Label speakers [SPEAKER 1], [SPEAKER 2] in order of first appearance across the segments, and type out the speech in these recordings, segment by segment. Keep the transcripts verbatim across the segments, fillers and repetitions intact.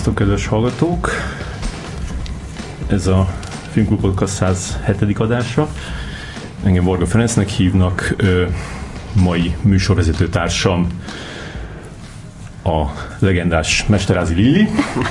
[SPEAKER 1] Sziasztok, kedves hallgatók! Ez a Filmklub Podcast száz hetedik adása. Engem Varga Ferencnek hívnak, ö, mai műsorvezető társam a legendás Mesterázi Lili.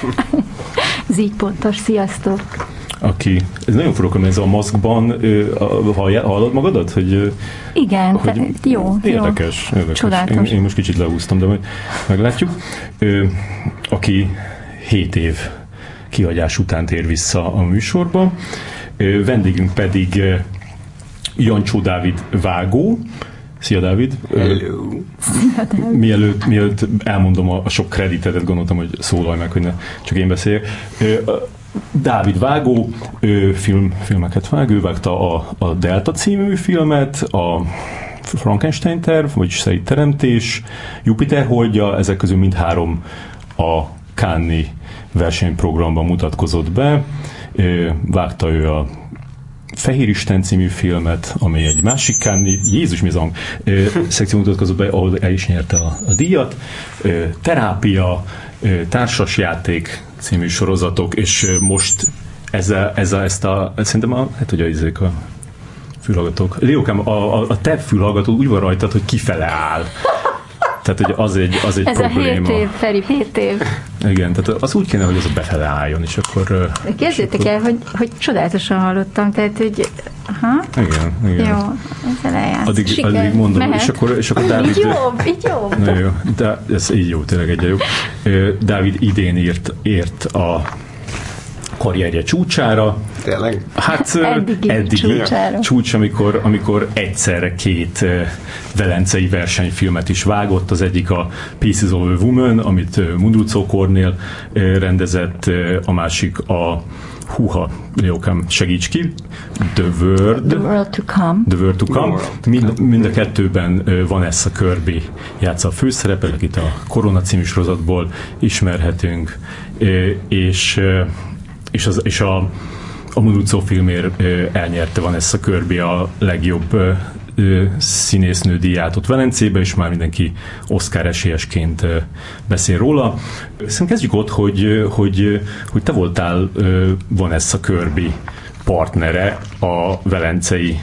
[SPEAKER 2] Ez így pontos, sziasztok!
[SPEAKER 1] Aki, ez nagyon furcsa, ez a maszkban, hallod magadat? Hogy,
[SPEAKER 2] igen,
[SPEAKER 1] hogy
[SPEAKER 2] te, jó,
[SPEAKER 1] érdekes,
[SPEAKER 2] jó.
[SPEAKER 1] érdekes. Én, én most kicsit lehúztam, de majd meglátjuk. Ö, aki hét év kihagyás után tér vissza a műsorba. Ö, vendégünk pedig Jancsó Dávid vágó. Szia, Dávid!
[SPEAKER 3] Hello!
[SPEAKER 2] Szia, Dávid!
[SPEAKER 1] Mielőtt, mielőtt elmondom a, a sok kreditetet, gondoltam, hogy szólalj meg, hogy ne csak én beszéljek. Ö, Dávid vágó, ő film, filmeket vág, ő vágta a, a Delta című filmet, a Frankenstein terv, vagyis Szerint teremtés, Jupiter holdja, ezek közül mindhárom a Cannes-i versenyprogramban mutatkozott be. Vágta ő a Fehér Isten című filmet, amely egy másik Cannes-i, Jézus mi az hang, szekció mutatkozott be, ahol el is nyerte a, a díjat. Terápia, társasjáték című sorozatok, és most ezzel, ezzel ezt a, szerintem a, hát hogy ezek a fülhallgatók. Léokám, a, a, a te fülhallgató úgy van rajtad, hogy kifele áll. Tehát, hogy az egy, az egy
[SPEAKER 2] ez
[SPEAKER 1] probléma.
[SPEAKER 2] Ez a hét év, Feri, hét év.
[SPEAKER 1] Igen, tehát az úgy kéne, hogy az a befele álljon, és akkor...
[SPEAKER 2] Képzeljétek el, hogy, hogy csodálatosan hallottam, tehát, hogy... Ha?
[SPEAKER 1] Igen, igen.
[SPEAKER 2] Jó, ezzel eljátsz.
[SPEAKER 1] Addig, addig mondom, mehet. és akkor, és akkor Dávid...
[SPEAKER 2] Így jobb, így jobb.
[SPEAKER 1] Na jó, de ez így jó, tényleg egy jobb. Dávid idén írt, ért a karrierje csúcsára.
[SPEAKER 3] Tényleg?
[SPEAKER 1] Hát
[SPEAKER 2] eddigi,
[SPEAKER 1] eddigi
[SPEAKER 2] csúcsára.
[SPEAKER 1] Csúcs, amikor, amikor egyszerre két velencei versenyfilmet is vágott. Az egyik a Pieces of a Woman, amit Mundruczó Kornél rendezett, a másik a húha, Léokám, segíts ki, The World,
[SPEAKER 2] The World to Come.
[SPEAKER 1] The World to Come. Mind, mind a kettőben Vanessa Kirby játsza a főszerepet, akit a Korona című sorozatból ismerhetünk, és és, az, és a, a Mundruczó filmért elnyerte Vanessa Kirby a legjobb színésznő díját ott Velencébe, és már mindenki Oscar esélyesként beszél róla. Szerintem kezdjük ott, hogy, hogy, hogy te voltál Vanessa Kirby partnere a velencei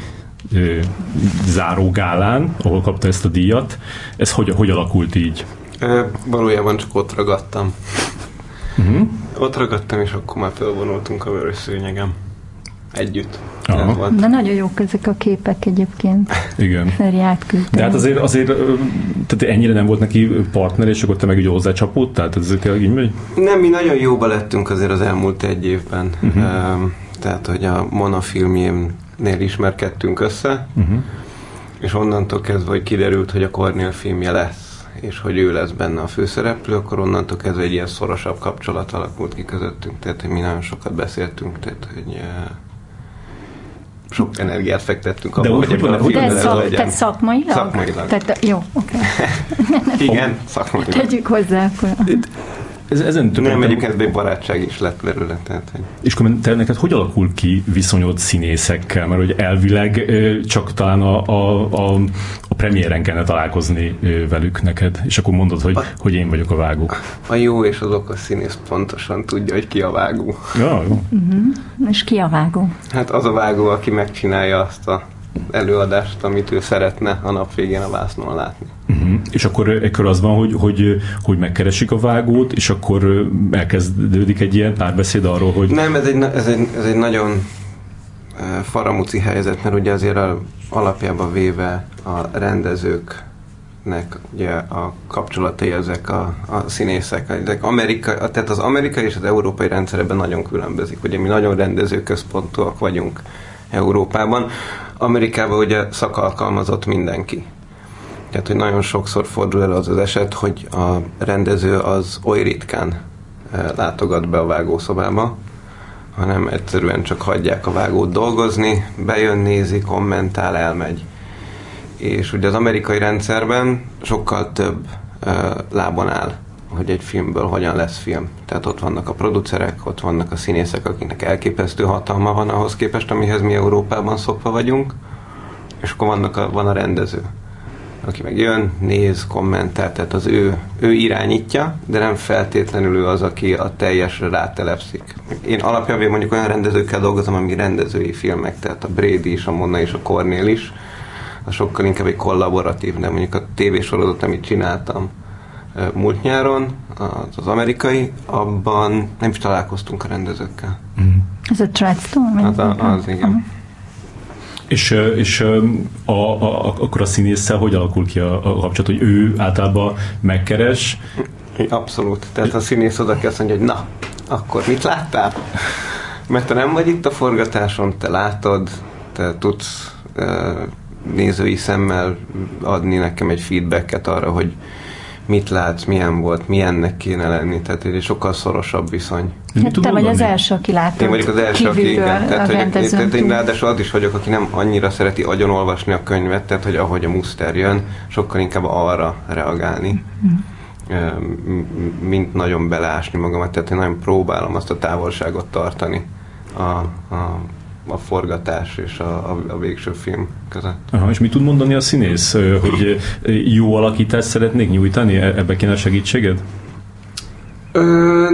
[SPEAKER 1] zárógálán, ahol kapta ezt a díjat. Ez hogy, hogy alakult így?
[SPEAKER 3] E, valójában csak ott ragadtam. Uh-huh. Ott ragadtam, és akkor már felvonultunk a vörös szőnyegem. Együtt.
[SPEAKER 2] De nagyon jók ezek a képek egyébként.
[SPEAKER 1] Igen.
[SPEAKER 2] Feri átküldtem.
[SPEAKER 1] De hát azért, azért tehát ennyire nem volt neki partner, és akkor te meg így hozzácsapódtál? Tehát ez tényleg így megy?
[SPEAKER 3] Nem, mi nagyon jóba lettünk azért az elmúlt egy évben. Uh-huh. Tehát, hogy a Mona filmjénél ismerkedtünk össze, uh-huh. és onnantól kezdve, hogy kiderült, hogy a Kornél filmje lesz, és hogy ő lesz benne a főszereplő, akkor onnantól kezdve egy ilyen szorosabb kapcsolat alakult ki közöttünk, tehát hogy mi nagyon sokat beszéltünk, tehát hogy uh, sok energiát fektettünk abban, hogy ebben a filmben
[SPEAKER 2] ez szak, legyen. Tehát szakmailag?
[SPEAKER 3] Szakmailag.
[SPEAKER 2] Tehát, jó, oké. Okay.
[SPEAKER 3] Igen, szakmailag.
[SPEAKER 2] Tegyük hozzá akkor.
[SPEAKER 1] Ez, ezen
[SPEAKER 3] nem, egyébként egy barátság is lett belőle. Tehát, hogy...
[SPEAKER 1] És akkor te neked hogy alakul ki viszonyod színészekkel? Mert hogy elvileg csak talán a, a, a, a premiéren kellene találkozni velük neked, és akkor mondod, hogy, a, hogy én vagyok a vágó.
[SPEAKER 3] A jó és az okos színész pontosan tudja, hogy ki a vágó.
[SPEAKER 1] Ja, jó.
[SPEAKER 2] Uh-huh. És ki a vágó?
[SPEAKER 3] Hát az a vágó, aki megcsinálja azt a előadást, amit ő szeretne a nap végén a vásznon látni.
[SPEAKER 1] Uh-huh. És akkor ekkor az van, hogy, hogy, hogy megkeresik a vágót, és akkor elkezdődik egy ilyen párbeszéd arról, hogy...
[SPEAKER 3] Nem, ez egy, ez egy, ez egy nagyon faramuci helyzet, mert ugye azért a, alapjában véve a rendezőknek ugye a kapcsolatai ezek a, a színészek, ezek Amerika, tehát az amerikai és az európai rendszerben nagyon különbözik. Ugye mi nagyon rendezőközpontúak vagyunk Európában. Amerikában ugye szakalkalmazott mindenki. Tehát, hogy nagyon sokszor fordul el az az eset, hogy a rendező az oly ritkán látogat be a vágószobába, hanem egyszerűen csak hagyják a vágót dolgozni, bejön, nézi, kommentál, elmegy. És ugye az amerikai rendszerben sokkal több lábon áll, hogy egy filmből hogyan lesz film. Tehát ott vannak a producerek, ott vannak a színészek, akiknek elképesztő hatalma van ahhoz képest, amihez mi Európában szokva vagyunk, és akkor vannak a, van a rendező, aki meg jön, néz, kommentál, tehát az ő, ő irányítja, de nem feltétlenül ő az, aki a teljesre rátelepszik. Én alapjában mondjuk olyan rendezőkkel dolgozom, ami rendezői filmek, tehát a Brady is, a Monna és a Cornél is, az sokkal inkább egy kollaboratív, de mondjuk a tévésorozat, amit csináltam múlt nyáron, az, az amerikai, abban nem is találkoztunk a rendezőkkel.
[SPEAKER 2] Mm. Ez a Treadstone?
[SPEAKER 3] Az, a, az igen. Uh-huh.
[SPEAKER 1] És, és a, a, akkor a színésszel hogy alakul ki a, a kapcsolat, hogy ő általában megkeres?
[SPEAKER 3] Abszolút. Tehát a színész oda kell mondja, hogy na, akkor mit láttál? Mert te nem vagy itt a forgatáson, te látod, te tudsz nézői szemmel adni nekem egy feedbacket arra, hogy mit látsz, milyen volt, milyennek kéne lenni, tehát egy sokkal szorosabb viszony.
[SPEAKER 2] Hát te vagy az első, aki látott.
[SPEAKER 3] Én vagyok az első, aki igen. Tehát, hogy, tehát én ráadásul az is vagyok, aki nem annyira szereti agyonolvasni a könyvet, tehát hogy ahogy a muszter jön, sokkal inkább arra reagálni, mm. mint nagyon beleásni magamat, tehát én nagyon próbálom azt a távolságot tartani a, a a forgatás és a, a, a végső film között.
[SPEAKER 1] Aha, és mit tud mondani a színész? Hogy jó alakítást szeretnék nyújtani? Ebbe kéne segítséged?
[SPEAKER 3] Ö,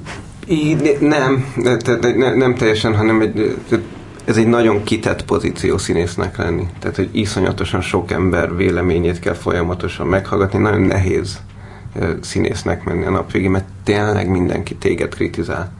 [SPEAKER 3] így, nem, nem, nem teljesen, hanem egy, ez egy nagyon kitett pozíció színésznek lenni. Tehát, hogy iszonyatosan sok ember véleményét kell folyamatosan meghallgatni. Nagyon nehéz színésznek menni a nap végén, mert tényleg mindenki téged kritizál.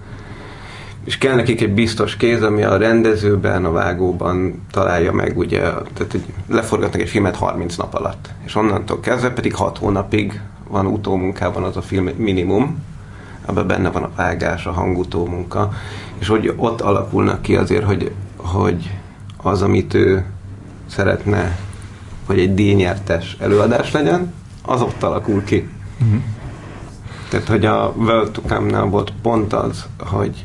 [SPEAKER 3] És kell nekik egy biztos kéz, ami a rendezőben, a vágóban találja meg, ugye, tehát hogy leforgatnak egy filmet harminc nap alatt. És onnantól kezdve pedig hat hónapig van utómunkában az a film minimum, abban benne van a vágás, a hangutómunka, és hogy ott alakulnak ki azért, hogy, hogy az, amit ő szeretne, hogy egy díjnyertes előadás legyen, az ott alakul ki. Mm-hmm. Tehát, hogy a World to Come-nál volt pont az, hogy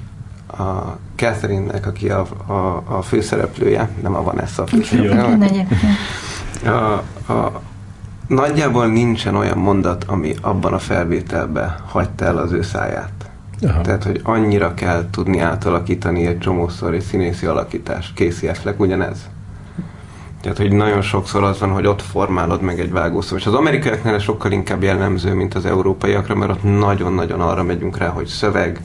[SPEAKER 3] a Catherine-nek, aki a, a, a főszereplője, nem a Vanessa a főszereplője. A, a, nagyjából nincsen olyan mondat, ami abban a felvételben hagyta el az ő száját. Aha. Tehát, hogy annyira kell tudni átalakítani egy csomószor egy színészi alakítást. Casey Affleck ugyanez. Tehát, hogy nagyon sokszor az van, hogy ott formálod meg egy vágószó. És az amerikaiaknál sokkal inkább jellemző, mint az európaiakra, mert ott nagyon-nagyon arra megyünk rá, hogy szöveg,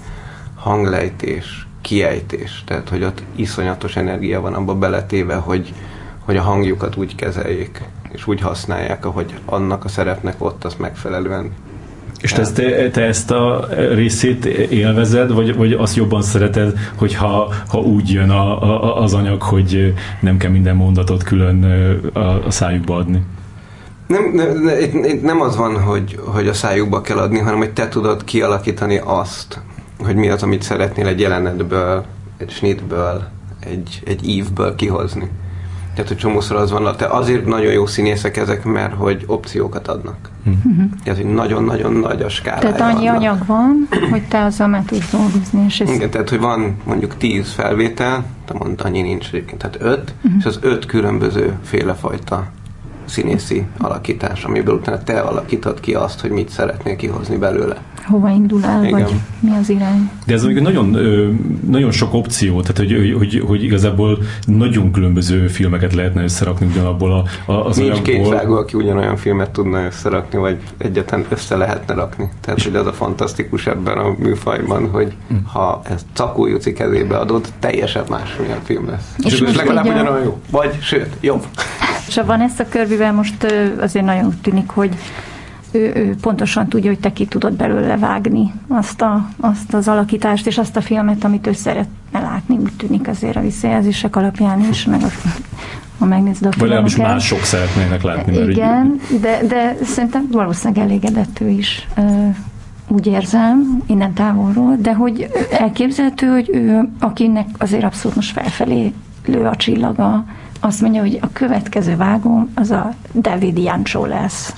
[SPEAKER 3] hanglejtés, kiejtés. Tehát, hogy ott iszonyatos energia van abba beletéve, hogy, hogy a hangjukat úgy kezeljék, és úgy használják, ahogy annak a szerepnek ott az megfelelően.
[SPEAKER 1] És te, te, te ezt a részét élvezed, vagy, vagy azt jobban szereted, hogyha ha úgy jön a, a, az anyag, hogy nem kell minden mondatot külön a, a szájukba adni?
[SPEAKER 3] Nem, nem, nem az van, hogy, hogy a szájukba kell adni, hanem hogy te tudod kialakítani azt, hogy mi az, amit szeretnél egy jelenetből, egy snitből, egy, egy ívből kihozni. Tehát, hogy csomószor az van, te azért nagyon jó színészek ezek, mert hogy opciókat adnak. Mm-hmm. Tehát, hogy nagyon-nagyon nagy a skálája.
[SPEAKER 2] Tehát annyi
[SPEAKER 3] vannak.
[SPEAKER 2] Anyag van, hogy te azzal meg tudsz dolgozni. És ez...
[SPEAKER 3] Igen, tehát, hogy van mondjuk tíz felvétel, te mondta, annyi nincs egyébként, tehát öt, mm-hmm. és az öt különböző félefajta színészi alakítás, amiből utána te alakítod ki azt, hogy mit szeretnél kihozni belőle.
[SPEAKER 2] Hova indul el, igen. Vagy mi az irány.
[SPEAKER 1] De ez mondjuk nagyon, nagyon sok opció, tehát hogy, hogy, hogy igazából nagyon különböző filmeket lehetne összerakni ugyanabból a, a, az
[SPEAKER 3] Nincs
[SPEAKER 1] anyagból.
[SPEAKER 3] két vágó, aki ugyanolyan filmet tudna összerakni, vagy egyetlen össze lehetne rakni. Tehát, hogy az a fantasztikus ebben a műfajban, hogy hmm. ha ezt Cakó Juci kezébe adod, teljesen másmilyen film lesz. És, és legalább a... ugyanolyan jó. Vagy, sőt, jobb.
[SPEAKER 2] És a Vanessa Kirbyvel most azért nagyon tűnik, hogy ő, ő pontosan tudja, hogy te ki tudod belőle vágni azt, a, azt az alakítást, és azt a filmet, amit ő szeretne látni, úgy tűnik azért a visszajelzések alapján is, meg a, ha megnézed a filmeket.
[SPEAKER 1] Vagy legalábbis mások szeretnének látni.
[SPEAKER 2] Igen, de, de szerintem valószínűleg elégedett ő is. Úgy érzem, innen távolról, de hogy elképzelhető, hogy ő, akinek azért abszolút most felfelé lő a csillaga, azt mondja, hogy a következő vágóm az a David Jancsó lesz.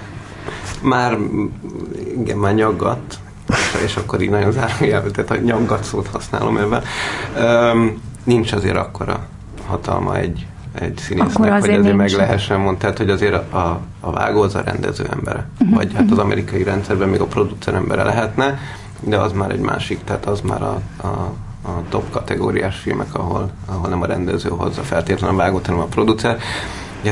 [SPEAKER 3] Már, igen, már nyaggat, és akkor így nagyon zárójelben, tehát a nyaggat szót használom ebben. Um, nincs azért akkora hatalma egy, egy színésznek, hogy azért meg lehessen mondani, tehát hogy azért a, a vágó az a rendező embere. Uh-huh. Vagy hát az amerikai rendszerben még a producer embere lehetne, de az már egy másik, tehát az már a, a, a top kategóriás filmek, ahol, ahol nem a rendező hozza feltétlenül a vágót, hanem a producer. Hát a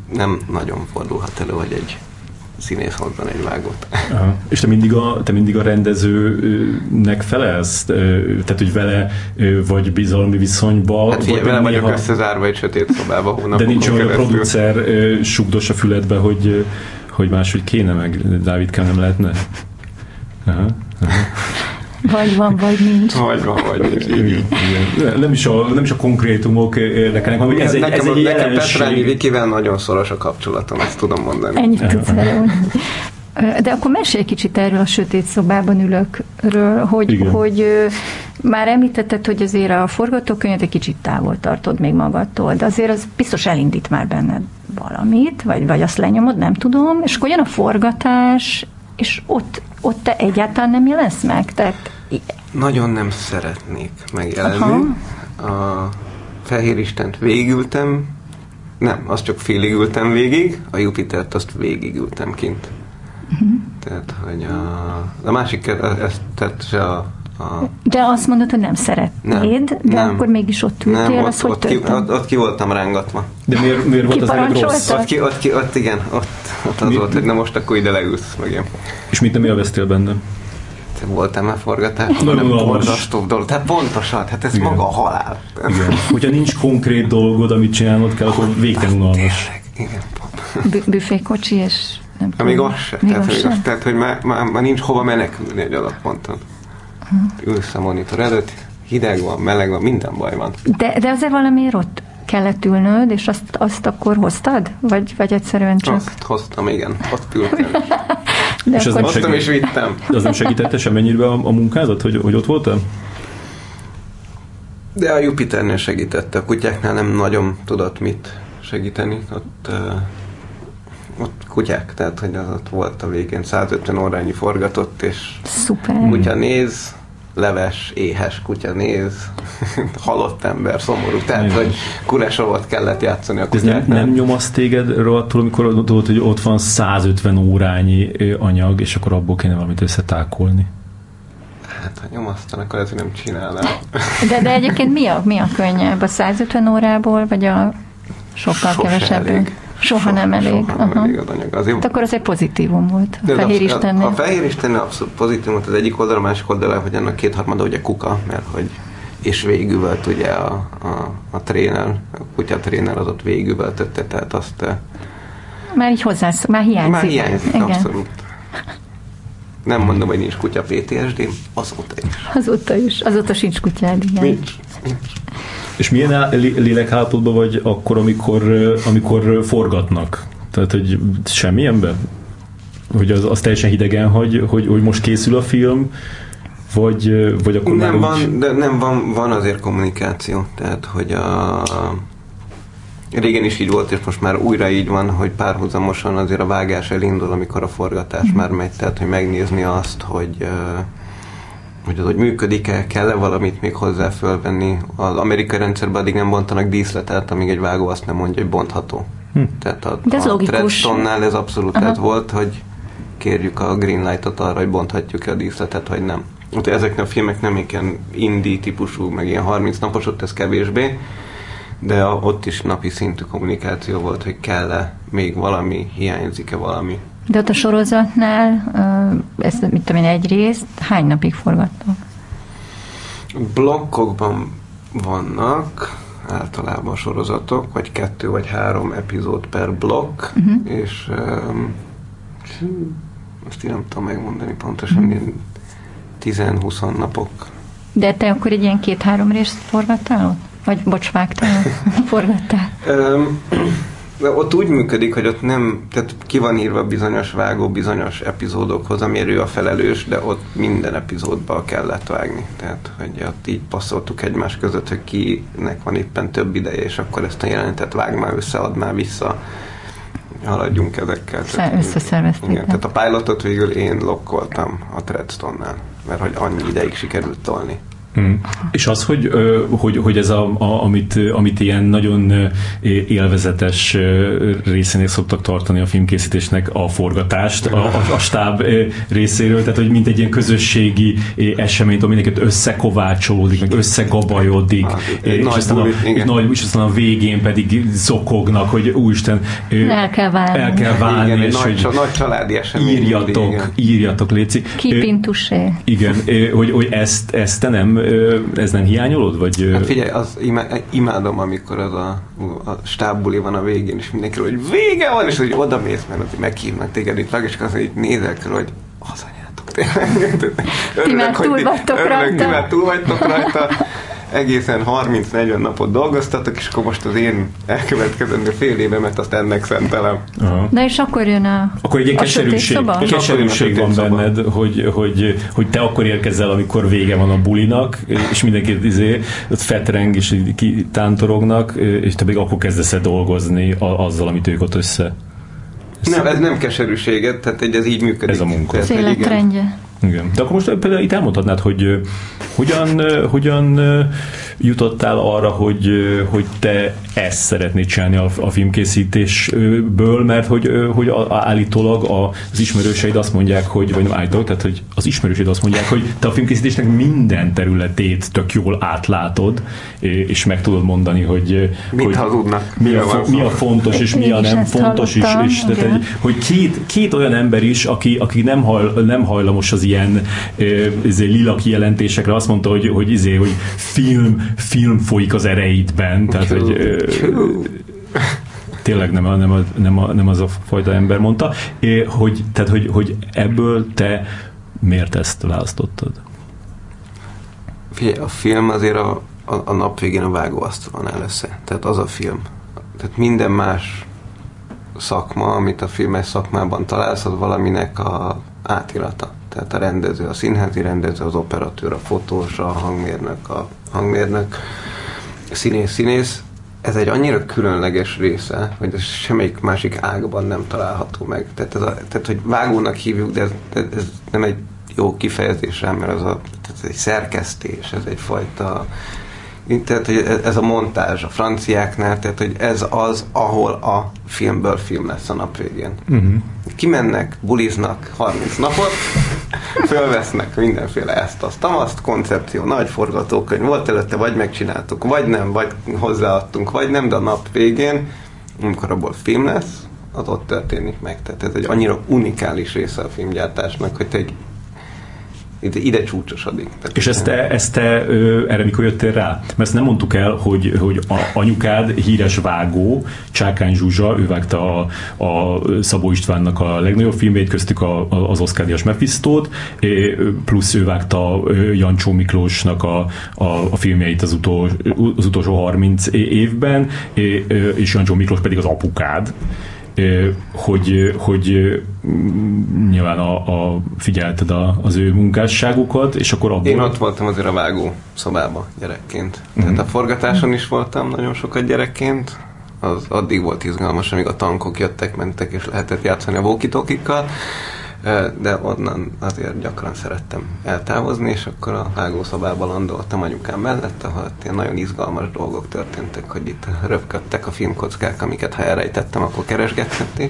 [SPEAKER 3] nem nagyon fordulhat elő, hogy egy színész hozzon egy vágót.
[SPEAKER 1] Aha. És te mindig, a, te mindig a rendezőnek felelsz? Tehát, hogy vele vagy bizalmi viszonyba?
[SPEAKER 3] Hát figyelj, vele vagyok összezárva egy sötét szobába hónapokon.
[SPEAKER 1] De nincs olyan, a producer sugdos a füledbe, hogy, hogy máshogy kéne meg, Dávidkám, nem lehetne? Aha. Aha.
[SPEAKER 2] Vagy van, vagy nincs.
[SPEAKER 3] Vagy van, vagy nincs.
[SPEAKER 1] Igen, igen. Nem, is a, nem is a konkrétumok érdekelnek, hanem ez egy,
[SPEAKER 3] nekem,
[SPEAKER 1] ez egy
[SPEAKER 3] nekem
[SPEAKER 1] jelenség.
[SPEAKER 3] Petrányi Vikivel nagyon szoros a kapcsolatom, ezt tudom mondani.
[SPEAKER 2] Ennyit tudsz erről. De akkor mesélj kicsit erről a sötét szobában ülőkről, hogy, hogy már említetted, hogy azért a forgatókönyvet egy kicsit távol tartod még magadtól, de azért az biztos elindít már benned valamit, vagy, vagy azt lenyomod, nem tudom, és akkor jön a forgatás, és ott, ott te egyáltalán nem jelensz meg? Tehát...
[SPEAKER 3] Nagyon nem szeretnék megjelenni. Aha. A Fehér Istent végigültem, nem, azt csak félig ültem végig, a Jupitert azt végigültem kint. Uh-huh. Tehát, hogy a, a másik, ezt tehát se a, a...
[SPEAKER 2] De azt mondod, hogy nem szeretnéd, nem, de nem, akkor mégis ott ültél, nem,
[SPEAKER 3] az,
[SPEAKER 2] ott,
[SPEAKER 3] hogy ki, ott, ott ki voltam rángatva.
[SPEAKER 1] De miért, miért volt az előbb rossz?
[SPEAKER 3] Ott, ki, ott, ki, ott igen, ott, ott az mi? Volt, hogy na most akkor ide leülsz meg én.
[SPEAKER 1] És mit nem élveztél benne?
[SPEAKER 3] Te voltál már forgatás? Nem borzasztóbb dolog. Tehát pontosan, hát ez igen. Maga a halál.
[SPEAKER 1] Igen. Hogyha nincs konkrét dolgod, amit csinálnod kell, akkor végtelen unalmas.
[SPEAKER 3] Igen.
[SPEAKER 2] Büfékocsi és nem tudom.
[SPEAKER 3] Még az se. Tehát, az se. Tehát, hogy már, már, már nincs hova menekülni egy adott ponton. Uh-huh. Ülsz a monitor előtt, hideg van, meleg van, minden baj van.
[SPEAKER 2] De, de azért valamiért ott kellett ülnöd, és azt, azt akkor hoztad? Vagy, vagy egyszerűen csak...
[SPEAKER 3] Azt hoztam, igen. Ott ültem.
[SPEAKER 2] De
[SPEAKER 3] és akkor hoztam és vittem.
[SPEAKER 1] De az nem segítette semmennyire a, a munkádat, hogy, hogy ott voltál?
[SPEAKER 3] De a Jupiternél segítette. A kutyáknál nem nagyon tudott mit segíteni. Ott, uh, ott kutyák, tehát hogy az ott volt a végén százötven órányi forgatott, és
[SPEAKER 2] szuper.
[SPEAKER 3] Kutya néz, leves, éhes kutya néz, halott ember, szomorú. Tehát, hogy Kulesovot kellett játszani a kutyáknál.
[SPEAKER 1] Ez nem, nem nyomaszt téged attól, amikor tudod, hogy ott van százötven órányi anyag, és akkor abból kéne valamit összetákolni?
[SPEAKER 3] Hát, ha nyomasztanak, akkor ezért nem csinálnám.
[SPEAKER 2] De, de egyébként mi a, mi a könnyebb? A százötven órából, vagy a sokkal
[SPEAKER 3] Sose
[SPEAKER 2] kevesebb?
[SPEAKER 3] Elég.
[SPEAKER 2] Soha, soha nem elég.
[SPEAKER 3] Soha nem elég az anyag. Azért...
[SPEAKER 2] De akkor az egy pozitívum volt a Fehér Istennél.
[SPEAKER 3] A Fehér Istennél abszolút pozitívum volt az egyik oldal, a másik oldal, hogy annak kétharmada ugye kuka, mert hogy és végigüvölt ugye a, a, a tréner, a kutya tréner az ott végigüvöltötte, tehát azt...
[SPEAKER 2] Már így hozzász, már hiányzik.
[SPEAKER 3] Már hiányzik, igen. Abszolút. Nem mondom, hogy nincs kutya pé té es dé, azóta is.
[SPEAKER 2] Azóta is, azóta sincs kutyád, igen.
[SPEAKER 3] Nincs, nincs.
[SPEAKER 1] És milyen lélekállapotban vagy akkor, amikor, amikor forgatnak? Tehát, hogy semmilyenben? Hogy az, az teljesen hidegen, hogy, hogy, hogy most készül a film, vagy, vagy akkor
[SPEAKER 3] nem
[SPEAKER 1] már
[SPEAKER 3] van,
[SPEAKER 1] úgy...
[SPEAKER 3] de nem van, van azért kommunikáció. Tehát, hogy a... régen is így volt, és most már újra így van, hogy párhuzamosan azért a vágás elindul, amikor a forgatás mm. már megy. Tehát, hogy megnézni azt, hogy... hogy az, hogy működik-e, kell-e valamit még hozzá fölvenni. Az amerikai rendszerben addig nem bontanak díszletet, amíg egy vágó azt nem mondja, hogy bontható. Hm. Tehát a, a Treadstone-nál ez abszolút ez volt, hogy kérjük a greenlightot arra, hogy bonthatjuk-e a díszletet, vagy nem. Úgyhogy ezeknek a filmek nem ilyen indie típusú, meg ilyen harminc napos, ott ez kevésbé, de a, ott is napi szintű kommunikáció volt, hogy kell-e még valami, hiányzik-e valami.
[SPEAKER 2] De ott a sorozatnál, ezt mit tudom én, egy részt, hány napig forgattak?
[SPEAKER 3] Blokkokban vannak általában a sorozatok, vagy kettő vagy három epizód per blokk, uh-huh. és um, azt én nem tudom megmondani pontosan, uh-huh. ilyen tíz-húsz napok. De
[SPEAKER 2] te akkor egy ilyen két-három részt forgattál ott? Vagy bocs, vágtál? Forgattál?
[SPEAKER 3] Um, De ott úgy működik, hogy ott nem, tehát ki van írva bizonyos vágó bizonyos epizódokhoz, amiért ő a felelős, de ott minden epizódba kellett vágni. Tehát, hogy ott így passzoltuk egymás között, hogy kinek van éppen több ideje, és akkor ezt a jelenetet vág már össze, ad már vissza, haladjunk ezekkel.
[SPEAKER 2] Összeszervezték.
[SPEAKER 3] Igen, tehát a pilotot végül én lokkoltam a Treadstone-nál, mert hogy annyi ideig sikerült tolni.
[SPEAKER 1] Mm. És az, hogy, hogy, hogy ez, a, a, amit, amit ilyen nagyon élvezetes részénél szoktak tartani a filmkészítésnek a forgatást, a, a, a stáb részéről, tehát hogy mint egy ilyen közösségi eseményt, ahol mindenki összekovácsolódik, meg összegabajodik,
[SPEAKER 3] ah,
[SPEAKER 1] és, aztán a, nagy, és aztán a végén pedig zokognak, hogy úristen,
[SPEAKER 2] el kell válni,
[SPEAKER 1] el kell válni
[SPEAKER 3] igen,
[SPEAKER 1] és
[SPEAKER 3] nagy,
[SPEAKER 1] hogy
[SPEAKER 3] nagy családi esemény.
[SPEAKER 1] Írjatok, igen. írjatok, léci.
[SPEAKER 2] Kipintusé.
[SPEAKER 1] Igen, hogy, hogy ezt, ezt te nem, ez nem hiányolod? Vagy...
[SPEAKER 3] Hát figyelj, az imádom, amikor az a, a stábbuli van a végén, és mindenki, hogy vége van, és hogy oda mész, mert hogy meghívnak téged itt, és akkor így nézel körül, hogy hazanyátok tényleg.
[SPEAKER 2] Ti már túl vagytok rajta.
[SPEAKER 3] Ti már túl vagytok rajta. Egészen harminc-negyven napot dolgoztatok, és akkor most az én elkövetkezendő fél évemet azt ennek szentelem.
[SPEAKER 2] Aha. De és akkor jön a
[SPEAKER 1] Akkor egy ilyen keserűség, keserűség van benned, hogy, hogy, hogy te akkor érkezel, amikor vége van a bulinak, és mindenki izé, ott fetreng, és kitántorognak, és te pedig akkor kezdesz el dolgozni azzal, amit ők ott össze.
[SPEAKER 3] Nem, ez nem keserűséget, tehát ez így működik.
[SPEAKER 1] Ez a munka.
[SPEAKER 2] Az életrendje.
[SPEAKER 1] Igen. De akkor most például itt elmondhatnád, hogy hogyan, hogyan jutottál arra, hogy, hogy te ezt szeretnéd csinálni a, a filmkészítésből, mert hogy, hogy állítólag az ismerőseid azt mondják, hogy, vagy nem állítólag, tehát hogy az ismerőseid azt mondják, hogy te a filmkészítésnek minden területét tök jól átlátod, és meg tudod mondani, hogy,
[SPEAKER 3] mit
[SPEAKER 1] hogy
[SPEAKER 3] hazudnak,
[SPEAKER 1] mi, a, mi a fontos, és mi a nem fontos is. És, tehát egy, hogy két, két olyan ember is, aki, aki nem, hajl, nem hajlamos az ilyen izé, lila kijelentésekre, azt mondta, hogy, hogy, izé, hogy film, film folyik az ereidben, tehát hogy tényleg nem, a, nem, a, nem, a, nem az a fajta ember mondta, hogy, tehát hogy, hogy ebből te miért ezt választottad?
[SPEAKER 3] Figyelj, a film azért a, a, a nap végén a vágóasztalon áll össze. Tehát az a film. Tehát minden más szakma, amit a filmes szakmában találsz, az valaminek a átirata. Tehát a rendező, a színházi rendező, az operatőr, a fotós, a hangmérnök, a hangmérnök, a színész, színész. Ez egy annyira különleges része, hogy ez semmelyik másik ágban nem található meg. Tehát, ez a, tehát hogy vágónak hívjuk, de ez, ez nem egy jó kifejezés rá, mert az a, ez egy szerkesztés, ez egyfajta, tehát hogy ez a montázs a franciáknál, tehát hogy ez az, ahol a filmből film lesz a nap végén. Uh-huh. Kimennek, buliznak harminc napot, fölvesznek mindenféle ezt, azt, azt, koncepció, nagy forgatókönyv, volt előtte, vagy megcsináltuk, vagy nem, vagy hozzáadtunk, vagy nem, de a nap végén, amikor abból film lesz, az ott történik meg. Tehát ez egy annyira unikális része a filmgyártásnak, hogy te egy ide, ide csúcsosodik. Tehát
[SPEAKER 1] és ezt te, ezt te ö, erre mikor jöttél rá? Mert ezt nem mondtuk el, hogy, hogy a anyukád híres vágó, Csákány Zsuzsa, ő vágta a, a Szabó Istvánnak a legnagyobb filmjét, köztük a, a, az Oscar-díjas Mephistót, plusz ő vágta Jancsó Miklósnak a, a, a filmjeit az, utol, az utolsó harminc évben, és Jancsó Miklós pedig az apukád. Hogy, hogy nyilván a, a figyelted a, az ő munkásságukat, és akkor abból...
[SPEAKER 3] Én ott voltam azért a vágó szobában gyerekként. Uh-huh. Tehát a forgatáson is voltam nagyon sokat gyerekként. Az addig volt izgalmas, amíg a tankok jöttek, mentek, és lehetett játszani a walkie-talkikkal, de onnan azért gyakran szerettem eltávozni, és akkor a vágószobában landoltam anyukám mellett, ahol ilyen nagyon izgalmas dolgok történtek, hogy itt röpködtek a filmkockák, amiket ha elrejtettem, akkor keresgethették.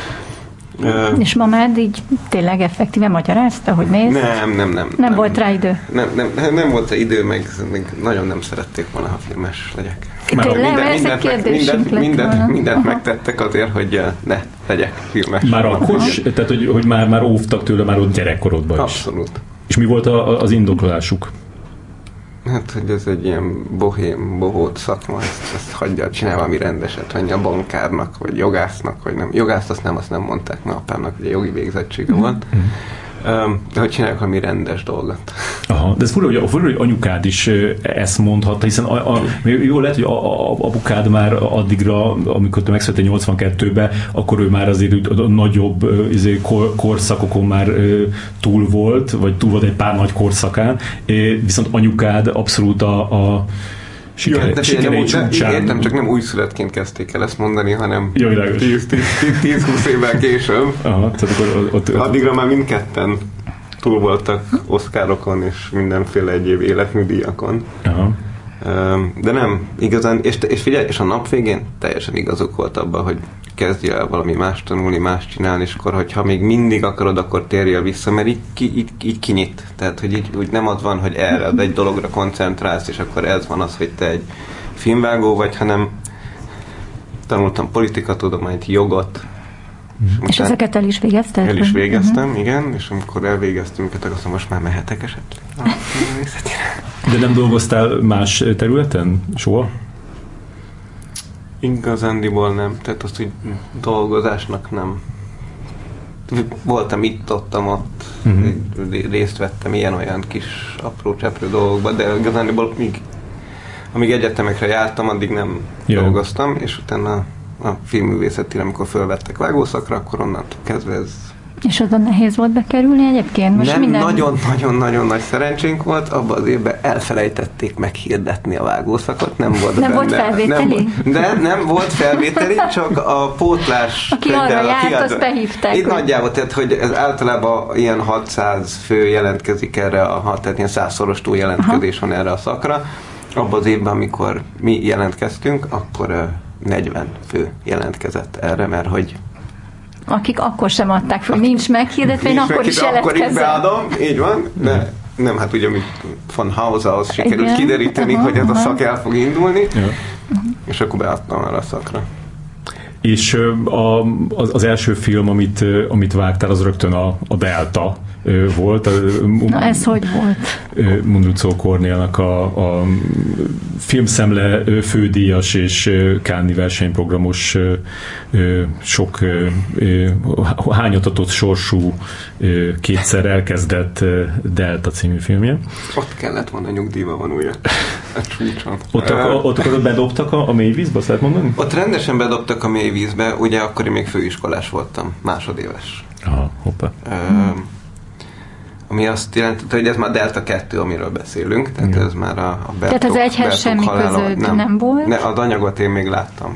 [SPEAKER 2] És mamád így tényleg effektíve magyarázta, hogy nézd?
[SPEAKER 3] Nem, nem, nem. Nem,
[SPEAKER 2] nem volt rá idő?
[SPEAKER 3] Nem, nem, nem volt rá idő, meg, meg nagyon nem szerették volna, ha filmes legyek.
[SPEAKER 2] Tényleg, minden, ez egy kérdésünk
[SPEAKER 3] mindent, mindent, mindent megtettek azért, hogy ne legyek filmes.
[SPEAKER 1] Már akkor, tehát hogy, hogy már, már óvtak tőle már ott gyerekkorodban is.
[SPEAKER 3] Abszolút.
[SPEAKER 1] És mi volt a, az indoklásuk?
[SPEAKER 3] Hát, hogy ez egy ilyen bohém, bohót szakma, ezt, ezt hagyja, csinál valami rendeset, hagyja bankárnak, vagy jogásznak, vagy nem. Jogászt azt nem, azt nem mondták, mert apámnak ugye jogi végzettsége volt. Mm. De hogy csinálják valami rendes dolgot.
[SPEAKER 1] Aha, de ez fura, hogy, fura, hogy anyukád is ezt mondhatta, hiszen a, a, jó lehet, hogy a, a, apukád már addigra, amikor te megszülettél nyolcvankettőben, akkor ő már azért a nagyobb izé, kor, korszakokon már túl volt, vagy túl volt egy pár nagy korszakán, viszont anyukád abszolút a, a Sikere, sikerei csúcsán.
[SPEAKER 3] Értem, csak nem újszülöttként kezdték el ezt mondani, hanem
[SPEAKER 1] tíz-húsz
[SPEAKER 3] évvel később.
[SPEAKER 1] Aha, tehát akkor ott, ott,
[SPEAKER 3] addigra már mindketten túl voltak Oscarokon és mindenféle egyéb életműdíjakon.
[SPEAKER 1] Aha.
[SPEAKER 3] De nem, igazán, és, és figyelj, és a nap végén teljesen igazuk volt abban, hogy kezdjél el valami más tanulni, más csinálni, és akkor, hogyha még mindig akarod, akkor térjél vissza, mert így, így, így kinyit. Tehát, hogy így úgy nem az van, hogy erre az egy dologra koncentrálsz, és akkor ez van az, hogy te egy filmvágó vagy, hanem tanultam politikatudományt, jogot.
[SPEAKER 2] És, és ezeket el is végezted?
[SPEAKER 3] El is végeztem, uh-huh. igen, és amikor elvégeztem őket, akkor most már mehetek esetleg.
[SPEAKER 1] De nem dolgoztál más területen soha?
[SPEAKER 3] Igazándiból nem. Tehát azt, hogy dolgozásnak nem. Voltam itt, ottam ott, uh-huh. részt vettem ilyen-olyan kis apró cseprő dolgokba, de igazándiból még, amíg egyetemekre jártam, addig nem Jó. dolgoztam, és utána a filmművészetére, amikor fölvettek vágószakra, akkor onnantól kezdve ez...
[SPEAKER 2] És azon nehéz volt bekerülni egyébként? Most
[SPEAKER 3] nem,
[SPEAKER 2] minden...
[SPEAKER 3] nagyon-nagyon-nagyon nagy szerencsénk volt, abban az évben elfelejtették meghirdetni a vágószakot, nem volt
[SPEAKER 2] Nem
[SPEAKER 3] benne,
[SPEAKER 2] volt felvételi?
[SPEAKER 3] Nem, de nem volt felvételi, csak a pótlás...
[SPEAKER 2] Aki arra járt, azt behívták.
[SPEAKER 3] Itt nagyjából, tehát, hogy ez általában ilyen hatszáz fő jelentkezik erre, a, tehát ilyen százszoros túljelentkezés van erre a szakra. Abban az évben, amikor mi jelentkeztünk, akkor negyven fő jelentkezett erre, mert hogy
[SPEAKER 2] akik akkor sem adták fel, nincs meghirdetve, én akkor is jelentkezem.
[SPEAKER 3] Akkor így beadom, így van, de nem, hát ugye, amit von Hausa-hoz sikerült igen, kideríteni, aha, hogy ez aha. a szak el fog indulni, ja. és akkor beadtam el a szakra.
[SPEAKER 1] És a, az, az első film, amit, amit vágtál, az rögtön a, a Delta volt.
[SPEAKER 2] Na ez hogy volt?
[SPEAKER 1] Mundruczó Kornélnak a, a filmszemle fődíjas és Cannes-i versenyprogramos sok hányatatott sorsú kétszer elkezdett Delta című filmje.
[SPEAKER 3] Ott kellett volna nyugdíjba vonulja. A csúcson.
[SPEAKER 1] Ott, a, ott akkor bedobtak a, a mélyvízbe, azt lehet mondani?
[SPEAKER 3] Ott rendesen bedobtak a mélyvízbe, ugye akkor én még főiskolás voltam, másodéves.
[SPEAKER 1] Aha, hoppá.
[SPEAKER 3] Um, ami azt jelentette, hogy ez már Delta kettő, amiről beszélünk, tehát igen. ez már a, a Bertók,
[SPEAKER 2] tehát az egyhez semmi között nem, nem volt?
[SPEAKER 3] Ne, az anyagot én még láttam.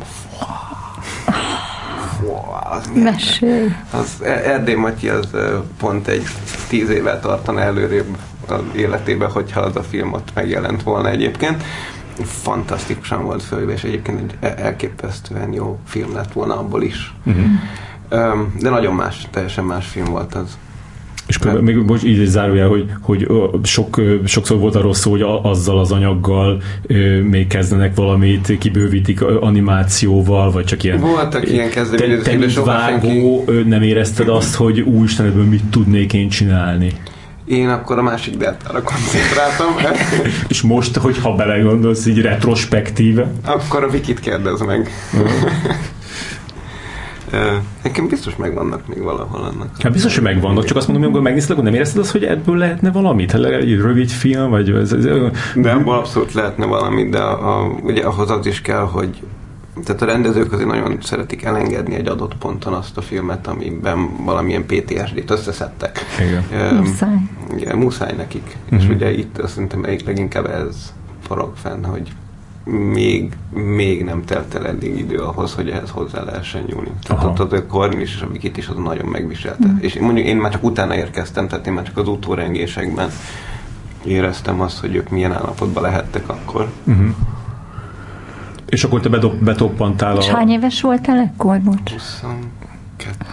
[SPEAKER 2] Mesélj!
[SPEAKER 3] Az Erdély Matyi az pont egy tíz éve tartana előrébb az életében, hogyha az a film ott megjelent volna egyébként. Fantasztikusan volt fölve, és egyébként egy elképesztően jó film lett volna abból is. Uh-huh. De nagyon más, teljesen más film volt az.
[SPEAKER 1] És például még most így egy zárójel, hogy, hogy sok, sokszor volt arról szó, hogy azzal az anyaggal még kezdenek valamit, kibővítik animációval, vagy csak ilyen...
[SPEAKER 3] Voltak ilyen kezdeményezések.
[SPEAKER 1] Te, te mint vágó nem érezted azt, hogy úristen, ebből mit tudnék én csinálni?
[SPEAKER 3] Én akkor a másik Deltára koncentráltam.
[SPEAKER 1] És most, hogyha belegondolsz, így retrospektíve?
[SPEAKER 3] Akkor a Vikit kérdez meg. Nekem biztos megvannak még valahol annak.
[SPEAKER 1] Hát biztos, hogy megvannak, csak azt mondom, hogy amikor megnézted, nem érezted azt, hogy ebből lehetne valamit? Egy rövid film, vagy... Ez, ez,
[SPEAKER 3] de ebből abszolút lehetne valamit, de a, a, ugye ahhoz az is kell, hogy tehát a rendezők azért nagyon szeretik elengedni egy adott ponton azt a filmet, amiben valamilyen pé té es dét összeszedtek.
[SPEAKER 1] Igen.
[SPEAKER 2] Uh, muszáj.
[SPEAKER 3] Igen, muszáj nekik. Uh-huh. És ugye itt azt szerintem leginkább ez forog fenn, hogy még, még nem telt el eddig idő ahhoz, hogy ehhez hozzá lehessen nyúlni. Tehát ott, ott a Kornél és a Vikit is az nagyon megviselte. Mm. És én, mondjuk én már csak utána érkeztem, tehát én már csak az utórengésekben éreztem azt, hogy ők milyen állapotban lehettek akkor. Uh-huh.
[SPEAKER 1] És akkor te bedob, betoppantál a...
[SPEAKER 2] És hány éves voltál ekkor, bocs?
[SPEAKER 3] huszonkettő.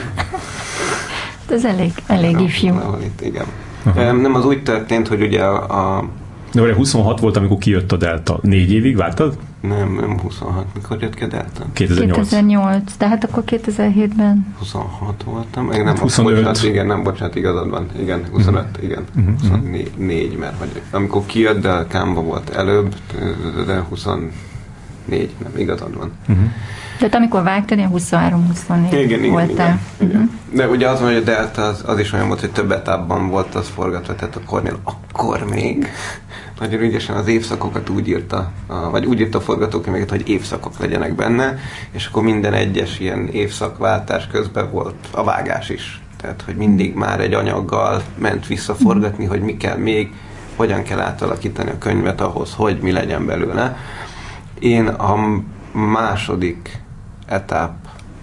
[SPEAKER 2] Ez elég, elég ifjú.
[SPEAKER 3] Itt, igen. Uh-huh. Nem, az úgy történt, hogy ugye a, a
[SPEAKER 1] de ugye huszonhat volt, amikor kijött a Delta. Négy évig vágtad?
[SPEAKER 3] Nem, nem huszonhat. Mikor jött ki a Delta?
[SPEAKER 2] kétezer-nyolc. kétezer-nyolc. Tehát akkor kétezer-hétben.
[SPEAKER 3] huszonhat voltam. Igen, nem,
[SPEAKER 1] huszonöt.
[SPEAKER 3] Bocsánat, igen, nem, bocsánat, igazad van. Igen, huszonöt, uh-huh. igen. Uh-huh. huszonnégy, mert vagy, amikor kijött, de a Cannes-ba volt előbb, de huszonnégy, nem, igazad van. Uh-huh.
[SPEAKER 2] Tehát amikor vágtad, ilyen huszonhárom huszonnégy
[SPEAKER 3] igen,
[SPEAKER 2] voltál.
[SPEAKER 3] Igen, igen. Uh-huh. De ugye az van, hogy a Delta az, az is olyan volt, hogy több etapban volt az forgatva, tehát a Kornél akkor még nagyon ügyesen az évszakokat úgy írta, a, vagy úgy írta a forgatókönyveket, hogy évszakok legyenek benne, és akkor minden egyes ilyen évszakváltás közben volt a vágás is. Tehát, hogy mindig már egy anyaggal ment visszaforgatni, hogy mi kell még, hogyan kell átalakítani a könyvet ahhoz, hogy mi legyen belőle. Én a második etap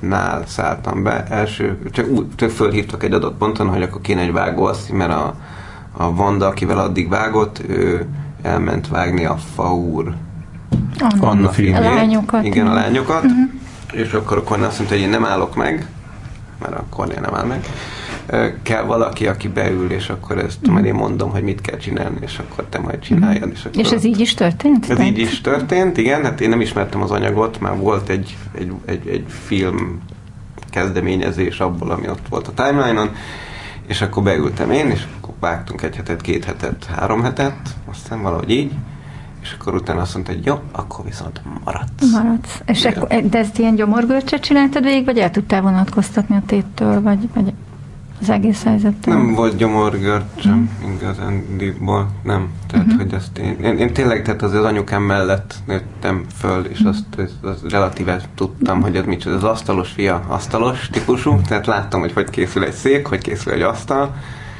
[SPEAKER 3] nál szálltam be. Első, csak, úgy, csak fölhívtak egy adott ponton, hogy akkor kéne egy vágó, azt, mert a, a Vanda, akivel addig vágott, ő elment vágni a Faur
[SPEAKER 2] Anna,
[SPEAKER 3] Anna filmjét.
[SPEAKER 2] A lányokat.
[SPEAKER 3] Igen, a lányokat.
[SPEAKER 2] Uh-huh.
[SPEAKER 3] És akkor a Kornél azt mondta, hogy én nem állok meg, mert a Kornél nem áll meg. Kell valaki, aki beül, és akkor ezt uh-huh. majd én mondom, hogy mit kell csinálni, és akkor te majd csináljad. És, akkor
[SPEAKER 2] és ez így is történt?
[SPEAKER 3] Ez így is történt, igen. Hát én nem ismertem az anyagot, már volt egy, egy, egy, egy film kezdeményezés abból, ami ott volt a timeline-on, és akkor beültem én, és akkor vágtunk egy hetet, két hetet, három hetet, aztán valahogy így, és akkor utána azt mondta, hogy jó, akkor viszont maradsz.
[SPEAKER 2] Maradsz. És akkor, de ezt ilyen gyomorgörcsöt csináltad végig, vagy el tudtál vonatkoztatni a téttől, vagy, vagy az egész helyzettől?
[SPEAKER 3] Nem volt gyomorgörcsöm mm. igazándiból, nem. Tehát, mm-hmm. hogy ezt én, én, én tényleg, tehát az, az anyukám mellett nőttem föl, és mm. azt, azt, azt relatíve tudtam, hogy ez micsoda, az asztalos fia, asztalos típusú, tehát láttam, hogy hogy készül egy szék, hogy készül egy asztal,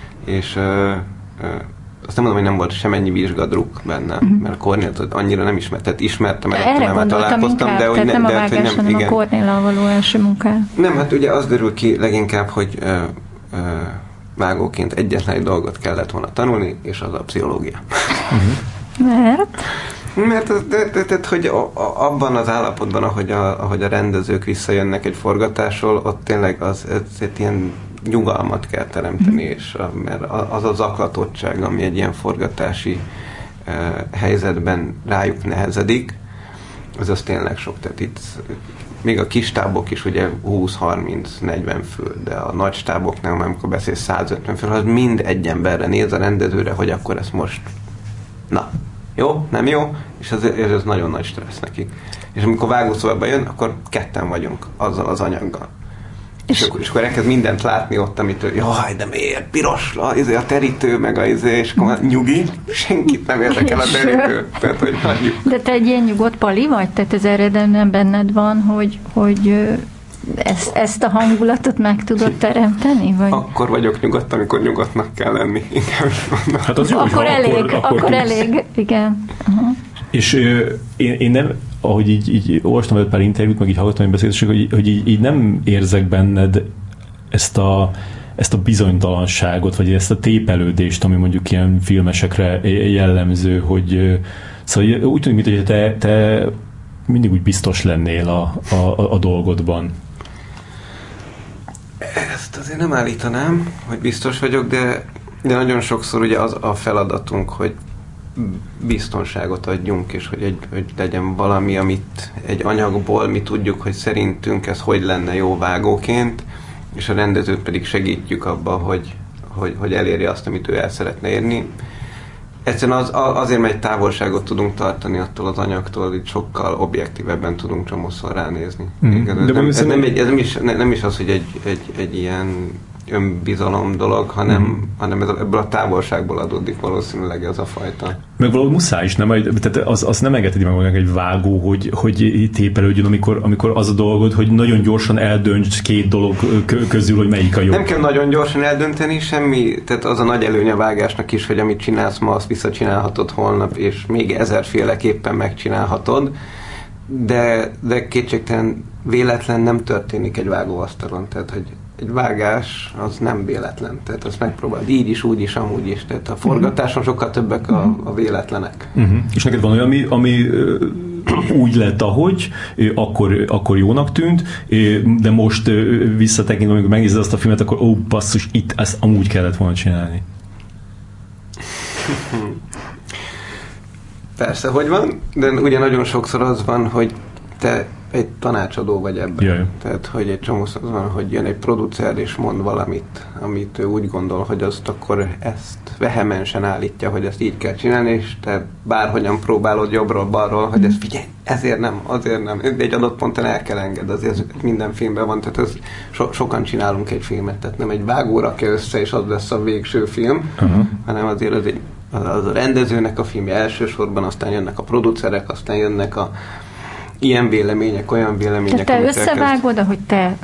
[SPEAKER 3] és ö, ö, azt nem mondom, hogy nem volt semennyi vizsgadruk benne, uh-huh. mert a Kornélt annyira nem ismert, tehát ismertem, mert
[SPEAKER 2] erre
[SPEAKER 3] nem találkoztam,
[SPEAKER 2] inkább,
[SPEAKER 3] de hogy
[SPEAKER 2] tehát
[SPEAKER 3] ne,
[SPEAKER 2] nem a
[SPEAKER 3] de,
[SPEAKER 2] vágás,
[SPEAKER 3] hogy nem,
[SPEAKER 2] hanem
[SPEAKER 3] igen.
[SPEAKER 2] a Kornéllal való első munká.
[SPEAKER 3] Nem, hát ugye az derül ki leginkább, hogy ö, ö, vágóként egyetlen egy dolgot kellett volna tanulni, és az a pszichológia.
[SPEAKER 2] Uh-huh. Mert?
[SPEAKER 3] Mert az, de, de, de, hogy a, a, abban az állapotban, ahogy a, ahogy a rendezők visszajönnek egy forgatásról, ott tényleg az, ez egy ilyen nyugalmat kell teremteni, és a, mert az a zaklatottság, ami egy ilyen forgatási uh, helyzetben rájuk nehezedik, az az tényleg sok. Tehát itt még a kis stábok is ugye húsz, harminc, negyven fő, de a nagy stáboknál, amikor beszélsz száz ötven fő, az mind egy emberre néz a rendezőre, hogy akkor ezt most na, jó, nem jó, és ez, ez nagyon nagy stressz nekik. És amikor vágószobába jön, akkor ketten vagyunk azzal az anyaggal. És, és, akkor, és akkor elkezd mindent látni ott, amit ő, jaj, de miért, piros, a, izé, a terítő, meg a izé, és akkor nyugi, senkit nem érdekel a terítő. Tehát, hogy hagyjuk.
[SPEAKER 2] De te egy ilyen nyugodt pali vagy? Tehát ez eredendően benned van, hogy, hogy ezt, ezt a hangulatot meg tudod teremteni? Vagy?
[SPEAKER 3] Akkor vagyok nyugodt, amikor nyugodtnak kell lenni.
[SPEAKER 1] Hát az jó,
[SPEAKER 2] akkor elég,
[SPEAKER 1] akkor,
[SPEAKER 2] akkor, akkor elég, igen. Uh-huh.
[SPEAKER 1] És ö, én, én nem, ahogy így, így olvastam egy pár interjút, meg így hallgattam egy beszélgetést, hogy, hogy így, így nem érzek benned ezt a, ezt a bizonytalanságot, vagy ezt a tépelődést, ami mondjuk ilyen filmesekre jellemző, hogy szóval úgy tűnik, mintha te, te mindig úgy biztos lennél a, a, a dolgodban.
[SPEAKER 3] Ezt azért nem állítanám, hogy biztos vagyok, de, de nagyon sokszor ugye az a feladatunk, hogy biztonságot adjunk, és hogy, egy, hogy legyen valami, amit egy anyagból mi tudjuk, hogy szerintünk ez hogy lenne jó vágóként, és a rendezőt pedig segítjük abba, hogy, hogy, hogy elérje azt, amit ő el szeretne érni. Egyszerűen az, azért, mert egy távolságot tudunk tartani attól az anyagtól, hogy sokkal objektívebben tudunk csomószor ránézni. Mm. Ez, nem, ez, nem, egy, ez nem, is, nem is az, hogy egy, egy, egy ilyen önbizalom dolog, hanem, mm. hanem ez a, ebből a távolságból adódik valószínűleg ez a fajta.
[SPEAKER 1] Meg valahogy muszáj is, nem? Tehát az, az nem engedheti meg magának egy vágó, hogy, hogy tépelődjön, amikor, amikor az a dolgod, hogy nagyon gyorsan eldönts két dolog közül, hogy melyik a jó.
[SPEAKER 3] Nem kell nagyon gyorsan eldönteni, semmi, tehát az a nagy előnye a vágásnak is, hogy amit csinálsz ma, azt visszacsinálhatod holnap, és még ezerféleképpen megcsinálhatod, de, de kétségtelen véletlen nem történik egy vágóasztalon, tehát hogy egy vágás az nem véletlen, tehát azt megpróbáld így is, úgy is, amúgy is, tehát a forgatáson sokkal többek a, a véletlenek.
[SPEAKER 1] Uh-huh. És neked van olyan, ami, ami úgy lett, ahogy, akkor, akkor jónak tűnt, de most visszatekintve, amikor megnézed azt a filmet, akkor ó, basszus, itt ezt amúgy kellett volna csinálni.
[SPEAKER 3] Persze, hogy van, de ugye nagyon sokszor az van, hogy te egy tanácsadó vagy ebben.
[SPEAKER 1] Jaj.
[SPEAKER 3] Tehát, hogy egy csomószor az van, hogy jön egy producer és mond valamit, amit ő úgy gondol, hogy azt akkor ezt vehemensen állítja, hogy ezt így kell csinálni, és te bárhogyan próbálod jobbról, balról, hogy ezt figyelj, ezért nem, azért nem. Egy adott ponton el kell enged, azért minden filmben van, tehát ez so- sokan csinálunk egy filmet, tehát nem egy vágó rakja össze, és az lesz a végső film, uh-huh. hanem azért az, egy, az a rendezőnek a filmje elsősorban, aztán jönnek a producerek, aztán jönnek a ilyen vélemények, olyan vélemények.
[SPEAKER 2] Tehát te összevágod, ahogy te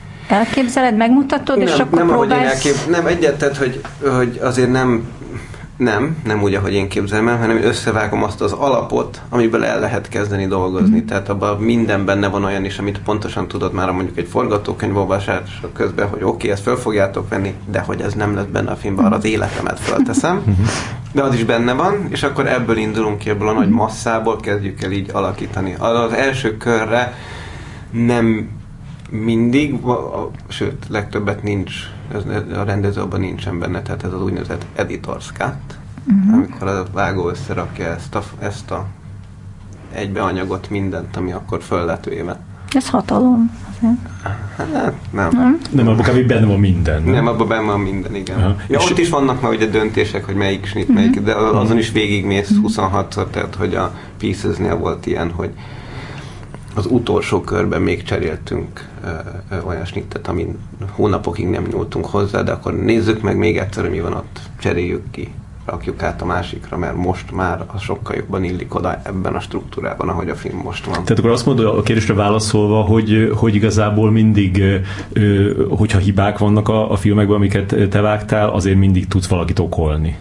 [SPEAKER 2] elképzeled, megmutatod,
[SPEAKER 3] nem,
[SPEAKER 2] és akkor
[SPEAKER 3] nem,
[SPEAKER 2] próbálsz...
[SPEAKER 3] Elkép... Nem, egyet, tehát, hogy, hogy azért nem Nem, nem úgy, ahogy én képzelem el, hanem összevágom azt az alapot, amiből el lehet kezdeni dolgozni. Mm. Tehát abban minden benne van olyan is, amit pontosan tudod már mondjuk egy forgatókönyvolvasás közben, hogy oké, okay, ezt föl fogjátok venni, de hogy ez nem lesz benne a filmben, arra az életemet fölteszem. De az is benne van, és akkor ebből indulunk ki, ebből a nagy masszából kezdjük el így alakítani. Az első körre nem mindig, sőt, legtöbbet nincs, a rendező abban nincsen benne, tehát ez az úgynevezett editor's cut, uh-huh. amikor a vágó összerakja ezt a, ezt a egybeanyagot, mindent, ami akkor föl lett véve.
[SPEAKER 2] Ez hatalom.
[SPEAKER 3] Hát, nem.
[SPEAKER 2] Nem,
[SPEAKER 1] nem abban kb. Benne van minden.
[SPEAKER 3] Nem, nem abban benne van minden, igen. Uh-huh. Ja, ott is vannak már ugye döntések, hogy melyik snit, uh-huh. melyik, de azon is végigmész huszonhatszor, tehát hogy a Pieces-nél volt ilyen, hogy az utolsó körben még cseréltünk ö, ö, olyan snittet, amin hónapokig nem nyúltunk hozzá, de akkor nézzük meg még egyszer, hogy mi van ott, cseréljük ki, rakjuk át a másikra, mert most már az sokkal jobban illik oda ebben a struktúrában, ahogy a film most van. Tehát
[SPEAKER 1] akkor azt mondod a kérdésre válaszolva, hogy, hogy igazából mindig, hogyha hibák vannak a, a filmekben, amiket te vágtál, azért mindig tudsz valakit okolni.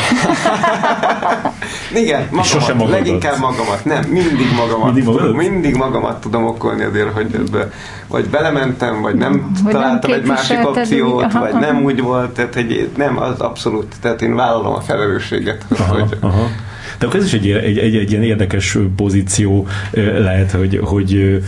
[SPEAKER 3] Igen, magamat, leginkább magamat, nem, mindig magamat, mindig, tudom, mindig magamat tudom okolni azért, hogy ebbe, vagy belementem, vagy nem hogy találtam nem egy másik opciót, aha, vagy aha. nem úgy volt, tehát egy, nem, az abszolút, tehát én vállalom a felelősséget.
[SPEAKER 1] Aha,
[SPEAKER 3] hogy,
[SPEAKER 1] aha. De akkor ez is egy, egy, egy, egy ilyen érdekes pozíció lehet, hogy, hogy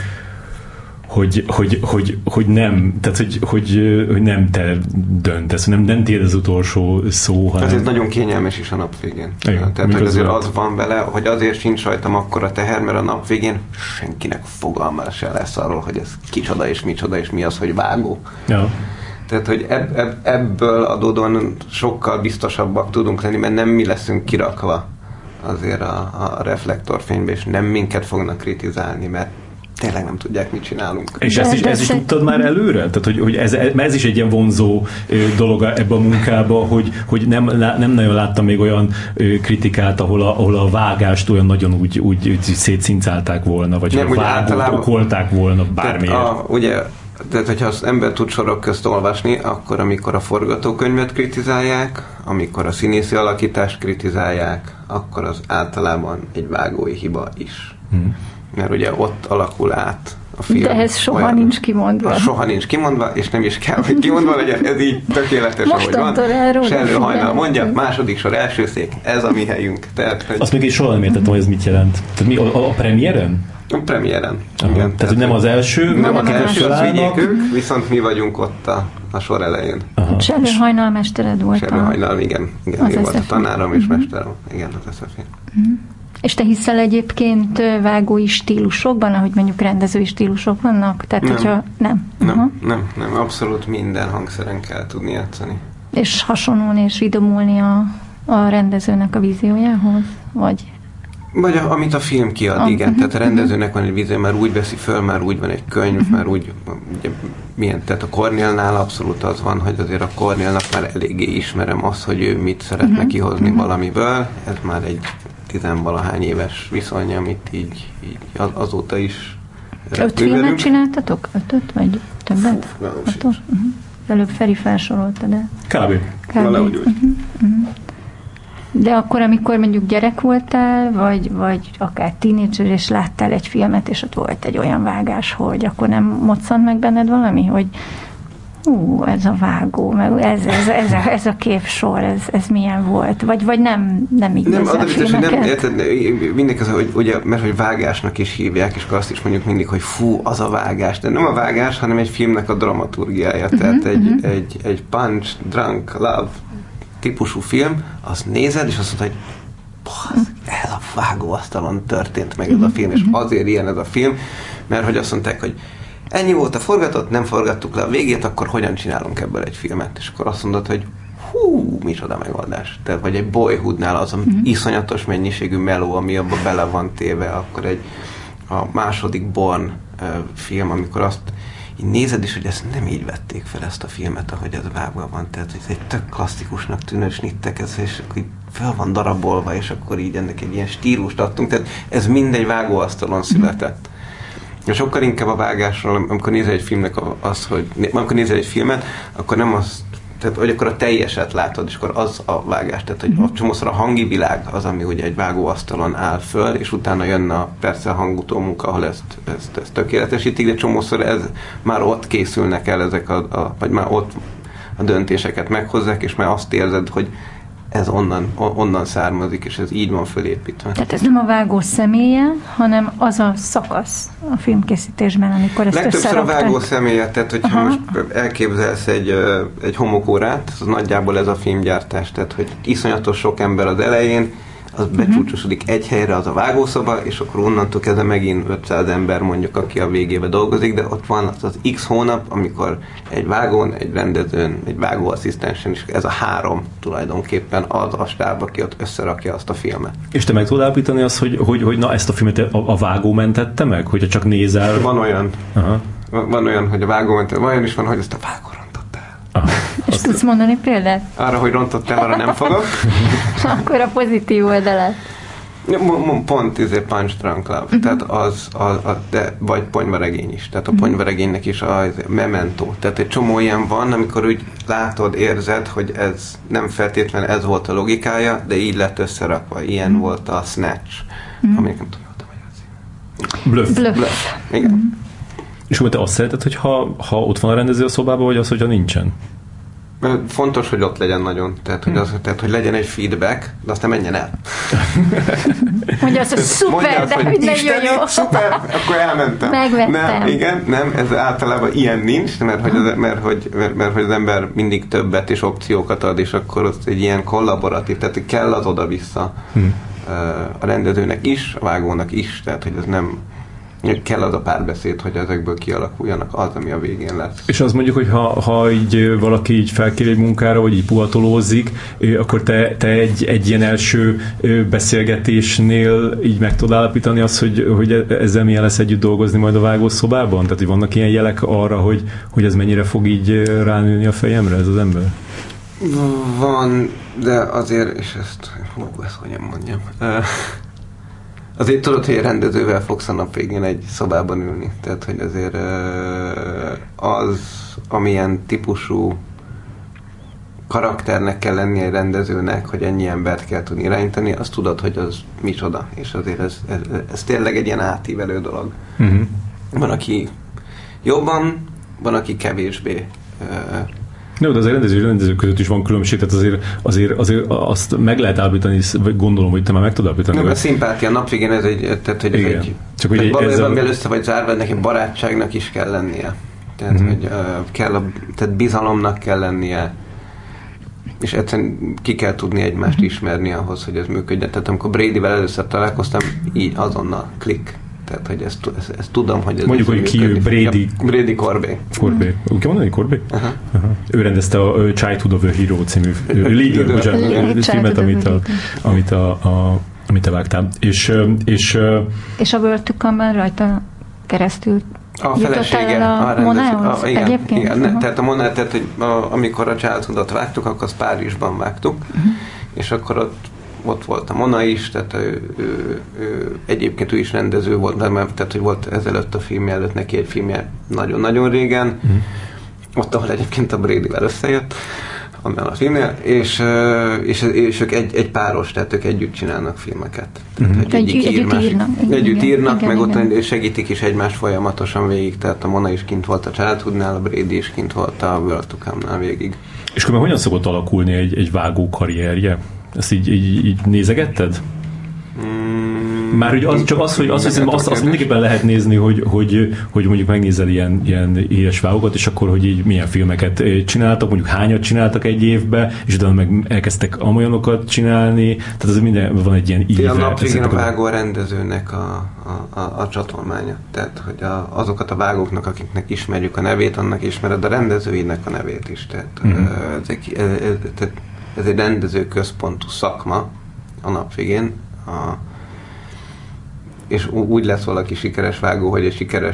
[SPEAKER 1] Hogy, hogy, hogy, hogy nem, tehát hogy, hogy, hogy nem te döntesz, nem, nem tiéd az utolsó szó, hanem...
[SPEAKER 3] Ez nagyon kényelmes is a nap végén. Igen, tehát hogy azért az van vele, hogy azért sincs rajtam akkora teher, mert a nap végén senkinek fogalma se lesz arról, hogy ez kicsoda és micsoda, és mi az, hogy vágó.
[SPEAKER 1] Ja.
[SPEAKER 3] Tehát, hogy ebb, ebb, ebből adódóan sokkal biztosabbak tudunk lenni, mert nem mi leszünk kirakva azért a, a reflektorfénybe, és nem minket fognak kritizálni, mert tényleg nem tudják, mit csinálunk.
[SPEAKER 1] És ezt is, ezt is tudtad már előre? Tehát, hogy, hogy ez, ez is egy ilyen vonzó dolog ebbe a munkába, hogy, hogy nem, nem nagyon láttam még olyan kritikát, ahol a, ahol a vágást olyan nagyon úgy, úgy, úgy szétszincálták volna, vagy nem, a vágót okolták volna bármiért. A,
[SPEAKER 3] ugye, tehát, hogyha az ember tud sorok közt olvasni, akkor amikor a forgatókönyvet kritizálják, amikor a színészi alakítást kritizálják, akkor az általában egy vágói hiba is. Hmm. Mert ugye ott alakul át a film.
[SPEAKER 2] De ez soha olyan, nincs kimondva.
[SPEAKER 3] Soha nincs kimondva, és nem is kell, hogy kimondva legyen, ez így tökéletes, ahogy van. Sellő hajnal mondja, második sor, első szék, ez a mi helyünk. Tehát, hogy...
[SPEAKER 1] Azt még én soha nem értettem, hogy ez mit jelent. Tehát mi, a, a premiéren?
[SPEAKER 3] A premiéren.
[SPEAKER 1] Igen. Tehát, tehát, hogy nem az első,
[SPEAKER 3] nem az első, az vigyék ők, viszont mi vagyunk ott a, a sor elején.
[SPEAKER 2] Sellő hajnal mestered volt.
[SPEAKER 3] Sellő hajnal, igen. igen ő volt a tanárom és uh-huh. mesterem. Igen, az es ef i.
[SPEAKER 2] Uh-huh. És te hiszel egyébként vágói stílusokban, ahogy mondjuk rendezői stílusok vannak? Tehát,
[SPEAKER 3] nem.
[SPEAKER 2] hogyha nem.
[SPEAKER 3] Nem, uh-huh. nem, nem, abszolút minden hangszeren kell tudni játszani.
[SPEAKER 2] És hasonlulni és idomulni a, a rendezőnek a víziójához? Vagy...
[SPEAKER 3] Vagy a, amit a film kiad, a, igen. Uh-huh. Tehát a rendezőnek van egy vízió, már úgy veszi föl, már úgy van egy könyv, uh-huh. már úgy, ugye, milyen, tehát a Cornélnál abszolút az van, hogy azért a Cornélnak már eléggé ismerem azt, hogy ő mit szeretne uh-huh. kihozni uh-huh. valamiből. Ez már egy tizenvalahány éves viszony, amit így, így az, azóta is
[SPEAKER 2] öt filmet csináltatok? Ötöt? Vagy többet? Uh-huh. Előbb Feri felsorolta, de...
[SPEAKER 1] Kb.
[SPEAKER 3] Kb. Valahogy úgy. Uh-huh. Uh-huh.
[SPEAKER 2] De akkor, amikor mondjuk gyerek voltál, vagy, vagy akár tínédzser, és láttál egy filmet, és ott volt egy olyan vágás, hogy akkor nem moccant meg benned valami, hogy hú, ez a vágó, meg ez, ez, ez, a, ez a képsor, ez, ez milyen volt? Vagy, vagy nem, nem így
[SPEAKER 3] nem, nézzel a filmeket? Nem, érted, mindig az, hogy, ugye, mert hogy vágásnak is hívják, és akkor azt is mondjuk mindig, hogy fú, az a vágás. De nem a vágás, hanem egy filmnek a dramaturgiája. Uh-huh, Tehát egy, uh-huh. egy, egy Punch, Drunk, Love típusú film, azt nézed, és azt mondod, hogy ez a vágóasztalon történt meg ez a film, és azért ilyen ez a film, mert hogy azt mondták, hogy ennyi volt a forgatott, nem forgattuk le a végét, akkor hogyan csinálunk ebből egy filmet? És akkor azt mondod, hogy hú, micsoda megoldás. Tehát, vagy egy Boyhoodnál az a mm-hmm. iszonyatos mennyiségű meló, ami abba bele van téve, akkor egy a második Born uh, film, amikor azt így nézed is, hogy ezt nem így vették fel ezt a filmet, ahogy ez vágva van. Tehát, hogy ez egy tök klasszikusnak tűnő snittek, ez, és akkor így fel van darabolva, és akkor így ennek egy ilyen stílust adtunk. Tehát ez mindegy vágóasztalon született. Mm. Sokkal inkább a vágásról, amikor nézel egy filmnek az, hogy amikor nézel egy filmet, akkor nem azt tehát, hogy akkor a teljeset látod, és akkor az a vágás. Tehát, hogy a csomószor a hangi világ az, ami ugye egy vágóasztalon áll föl, és utána jönne a, persze a hangutó munka, ahol ezt, ezt, ezt tökéletesítik, de csomószor ez, már ott készülnek el ezek a, a, vagy már ott a döntéseket meghozzák, és már azt érzed, hogy ez onnan, onnan származik, és ez így van fölépítve.
[SPEAKER 2] Tehát ez nem a vágó személye, hanem az a szakasz a filmkészítésben, amikor ezt
[SPEAKER 3] legtöbbször a vágó személye, tehát hogyha
[SPEAKER 2] Aha.
[SPEAKER 3] most elképzelsz egy, egy homokórát, az nagyjából ez a filmgyártás, tehát hogy iszonyatos sok ember az elején, az becsúcsosodik egy helyre, az a vágószoba, és akkor onnantól kezdve megint ötszáz ember mondjuk, aki a végébe dolgozik, de ott van az, az X hónap, amikor egy vágón, egy rendezőn, egy vágóasszisztensen is ez a három tulajdonképpen az a stáb, aki ott összerakja azt a filmet.
[SPEAKER 1] És te meg tudod állapítani azt, hogy, hogy, hogy na ezt a filmet a, a vágó mentette meg? Hogyha csak nézel...
[SPEAKER 3] Van olyan.
[SPEAKER 1] Aha.
[SPEAKER 3] Van olyan, hogy a vágó mentette, olyan is van, hogy ezt a vágó rontotta el.
[SPEAKER 1] Aha.
[SPEAKER 2] És
[SPEAKER 1] Azt...
[SPEAKER 2] tudsz mondani példát?
[SPEAKER 3] Arra, hogy rontott el, arra nem fogok.
[SPEAKER 2] Akkor a pozitív oldalat.
[SPEAKER 3] Pont izé Punch Drunk Love, uh-huh. tehát az, az, az de, vagy ponyvaregény is, tehát a uh-huh. ponyvaregénynek is a Memento, tehát egy csomó ilyen van, amikor úgy látod, érzed, hogy ez nem feltétlenül ez volt a logikája, de így lett összerakva, ilyen uh-huh. volt a Snatch, uh-huh. aminek nem tudom, hogy a magyar cím.
[SPEAKER 1] Bluff.
[SPEAKER 2] Bluff.
[SPEAKER 3] Bluff. Igen. Uh-huh.
[SPEAKER 1] És akkor te azt szereted, hogy ha, ha ott van a rendező a szobában, vagy az, hogyha nincsen?
[SPEAKER 3] Fontos, hogy ott legyen nagyon. Tehát, hogy, az, tehát, hogy legyen egy feedback, de azt nem menjen el.
[SPEAKER 2] Mondja azt, hogy szuper, Mondja azt, de hogy nagyon jó.
[SPEAKER 3] Szuper, akkor elmentem.
[SPEAKER 2] Megvettem.
[SPEAKER 3] Nem, igen, nem, ez általában ilyen nincs, mert hogy, az, mert, hogy, mert, mert hogy az ember mindig többet és opciókat ad, és akkor az egy ilyen kollaboratív, tehát kell az oda-vissza hmm. a rendezőnek is, a vágónak is, tehát hogy ez nem kell az a párbeszéd, hogy ezekből kialakuljanak az, ami a végén lesz.
[SPEAKER 1] És az mondjuk, hogy ha, ha így valaki így felkér egy munkára, vagy így puhatolózik, akkor te, te egy, egy ilyen első beszélgetésnél így meg tudod állapítani azt, hogy, hogy ezzel milyen lesz együtt dolgozni majd a vágószobában? Tehát, hogy vannak ilyen jelek arra, hogy, hogy ez mennyire fog így ránőni a fejemre, ez az ember?
[SPEAKER 3] Van, de azért, és ezt, hú, ezt hogyan mondjam, azért tudod, hogy a rendezővel fogsz a nap végén egy szobában ülni. Tehát, hogy azért az, amilyen típusú karakternek kell lennie egy rendezőnek, hogy ennyi embert kell tudni irányítani, azt tudod, hogy az micsoda. És azért ez, ez, ez tényleg egy ilyen átívelő dolog. Uh-huh. Van, aki jobban, van, aki kevésbé.
[SPEAKER 1] No, de azért rendező rendezők között is van különbség, tehát azért, azért, azért azt meg lehet állapítani, vagy gondolom, hogy te már meg tudod állapítani.
[SPEAKER 3] Nem, a szimpátia, a nap végén ez egy, tehát, hogy ez
[SPEAKER 1] igen.
[SPEAKER 3] egy,
[SPEAKER 1] csak hogy
[SPEAKER 3] valójában
[SPEAKER 1] ezzel...
[SPEAKER 3] mivel össze vagy zárva, neki barátságnak is kell lennie. Tehát, uh-huh. hogy uh, kell a, tehát bizalomnak kell lennie, és egyszerűen ki kell tudni egymást uh-huh. ismerni ahhoz, hogy ez működjön. Tehát amikor Bradyvel először találkoztam, így azonnal klik. Tehát, hogy ezt, ezt, ezt tudom, hogy ez
[SPEAKER 1] mondjuk, hogy ki ő, Brady.
[SPEAKER 3] Ja, Brady Corbet.
[SPEAKER 1] Corbet. Úgy kell mondani, Corbet? Uh-huh. Uh-huh. Ő rendezte a Childhood of a Hero című filmet, amit a, amit a, a amit te vágtál. És, és,
[SPEAKER 2] és a World to Come-ben rajta keresztül
[SPEAKER 3] a felesége
[SPEAKER 2] a, a Monához egyébként?
[SPEAKER 3] Igen, ne, tehát a Moná, tehát hogy a, amikor a Childhoodot vágtuk, akkor azt Párizsban vágtuk, uh-huh. és akkor ott ott volt a Mona is, tehát ő, ő, ő, egyébként ő is rendező volt, mert tehát, hogy volt ezelőtt a filmje előtt neki egy filmje nagyon-nagyon régen, mm. ott, ahol egyébként a Bradyvel összejött, amivel a filmnél, és, és, és ők egy, egy páros, tehát ők együtt csinálnak filmeket. Tehát
[SPEAKER 2] mm. egy, együtt, ír együtt írnak.
[SPEAKER 3] Együtt írnak,
[SPEAKER 2] igen,
[SPEAKER 3] meg
[SPEAKER 2] igen.
[SPEAKER 3] ott segítik is egymást folyamatosan végig, tehát a Mona is kint volt a Childhoodnál, a Brady is kint volt a World to Come-nál végig.
[SPEAKER 1] És akkor hogyan szokott alakulni egy, egy vágó karrierje? Ezt így, így, így nézegetted? Mm, Már hogy az, csak az, hogy azt, hiszem, azt, azt mindenképpen lehet nézni, hogy, hogy, hogy mondjuk megnézel ilyen, ilyen éles vágókat, és akkor, hogy így milyen filmeket csináltak, mondjuk hányat csináltak egy évben, és utána meg elkezdtek amolyanokat csinálni, tehát ez minden van egy ilyen íve.
[SPEAKER 3] A nap végén a vágó a rendezőnek a, a, a, a csatolmánya. Tehát, hogy a, azokat a vágóknak, akiknek ismerjük a nevét, annak ismered a rendezőinek a nevét is. Tehát, mm-hmm. ezek, ez, ez, ez egy rendező központú szakma a nap végén, a, és úgy lesz valaki sikeres vágó, hogy egy sikeres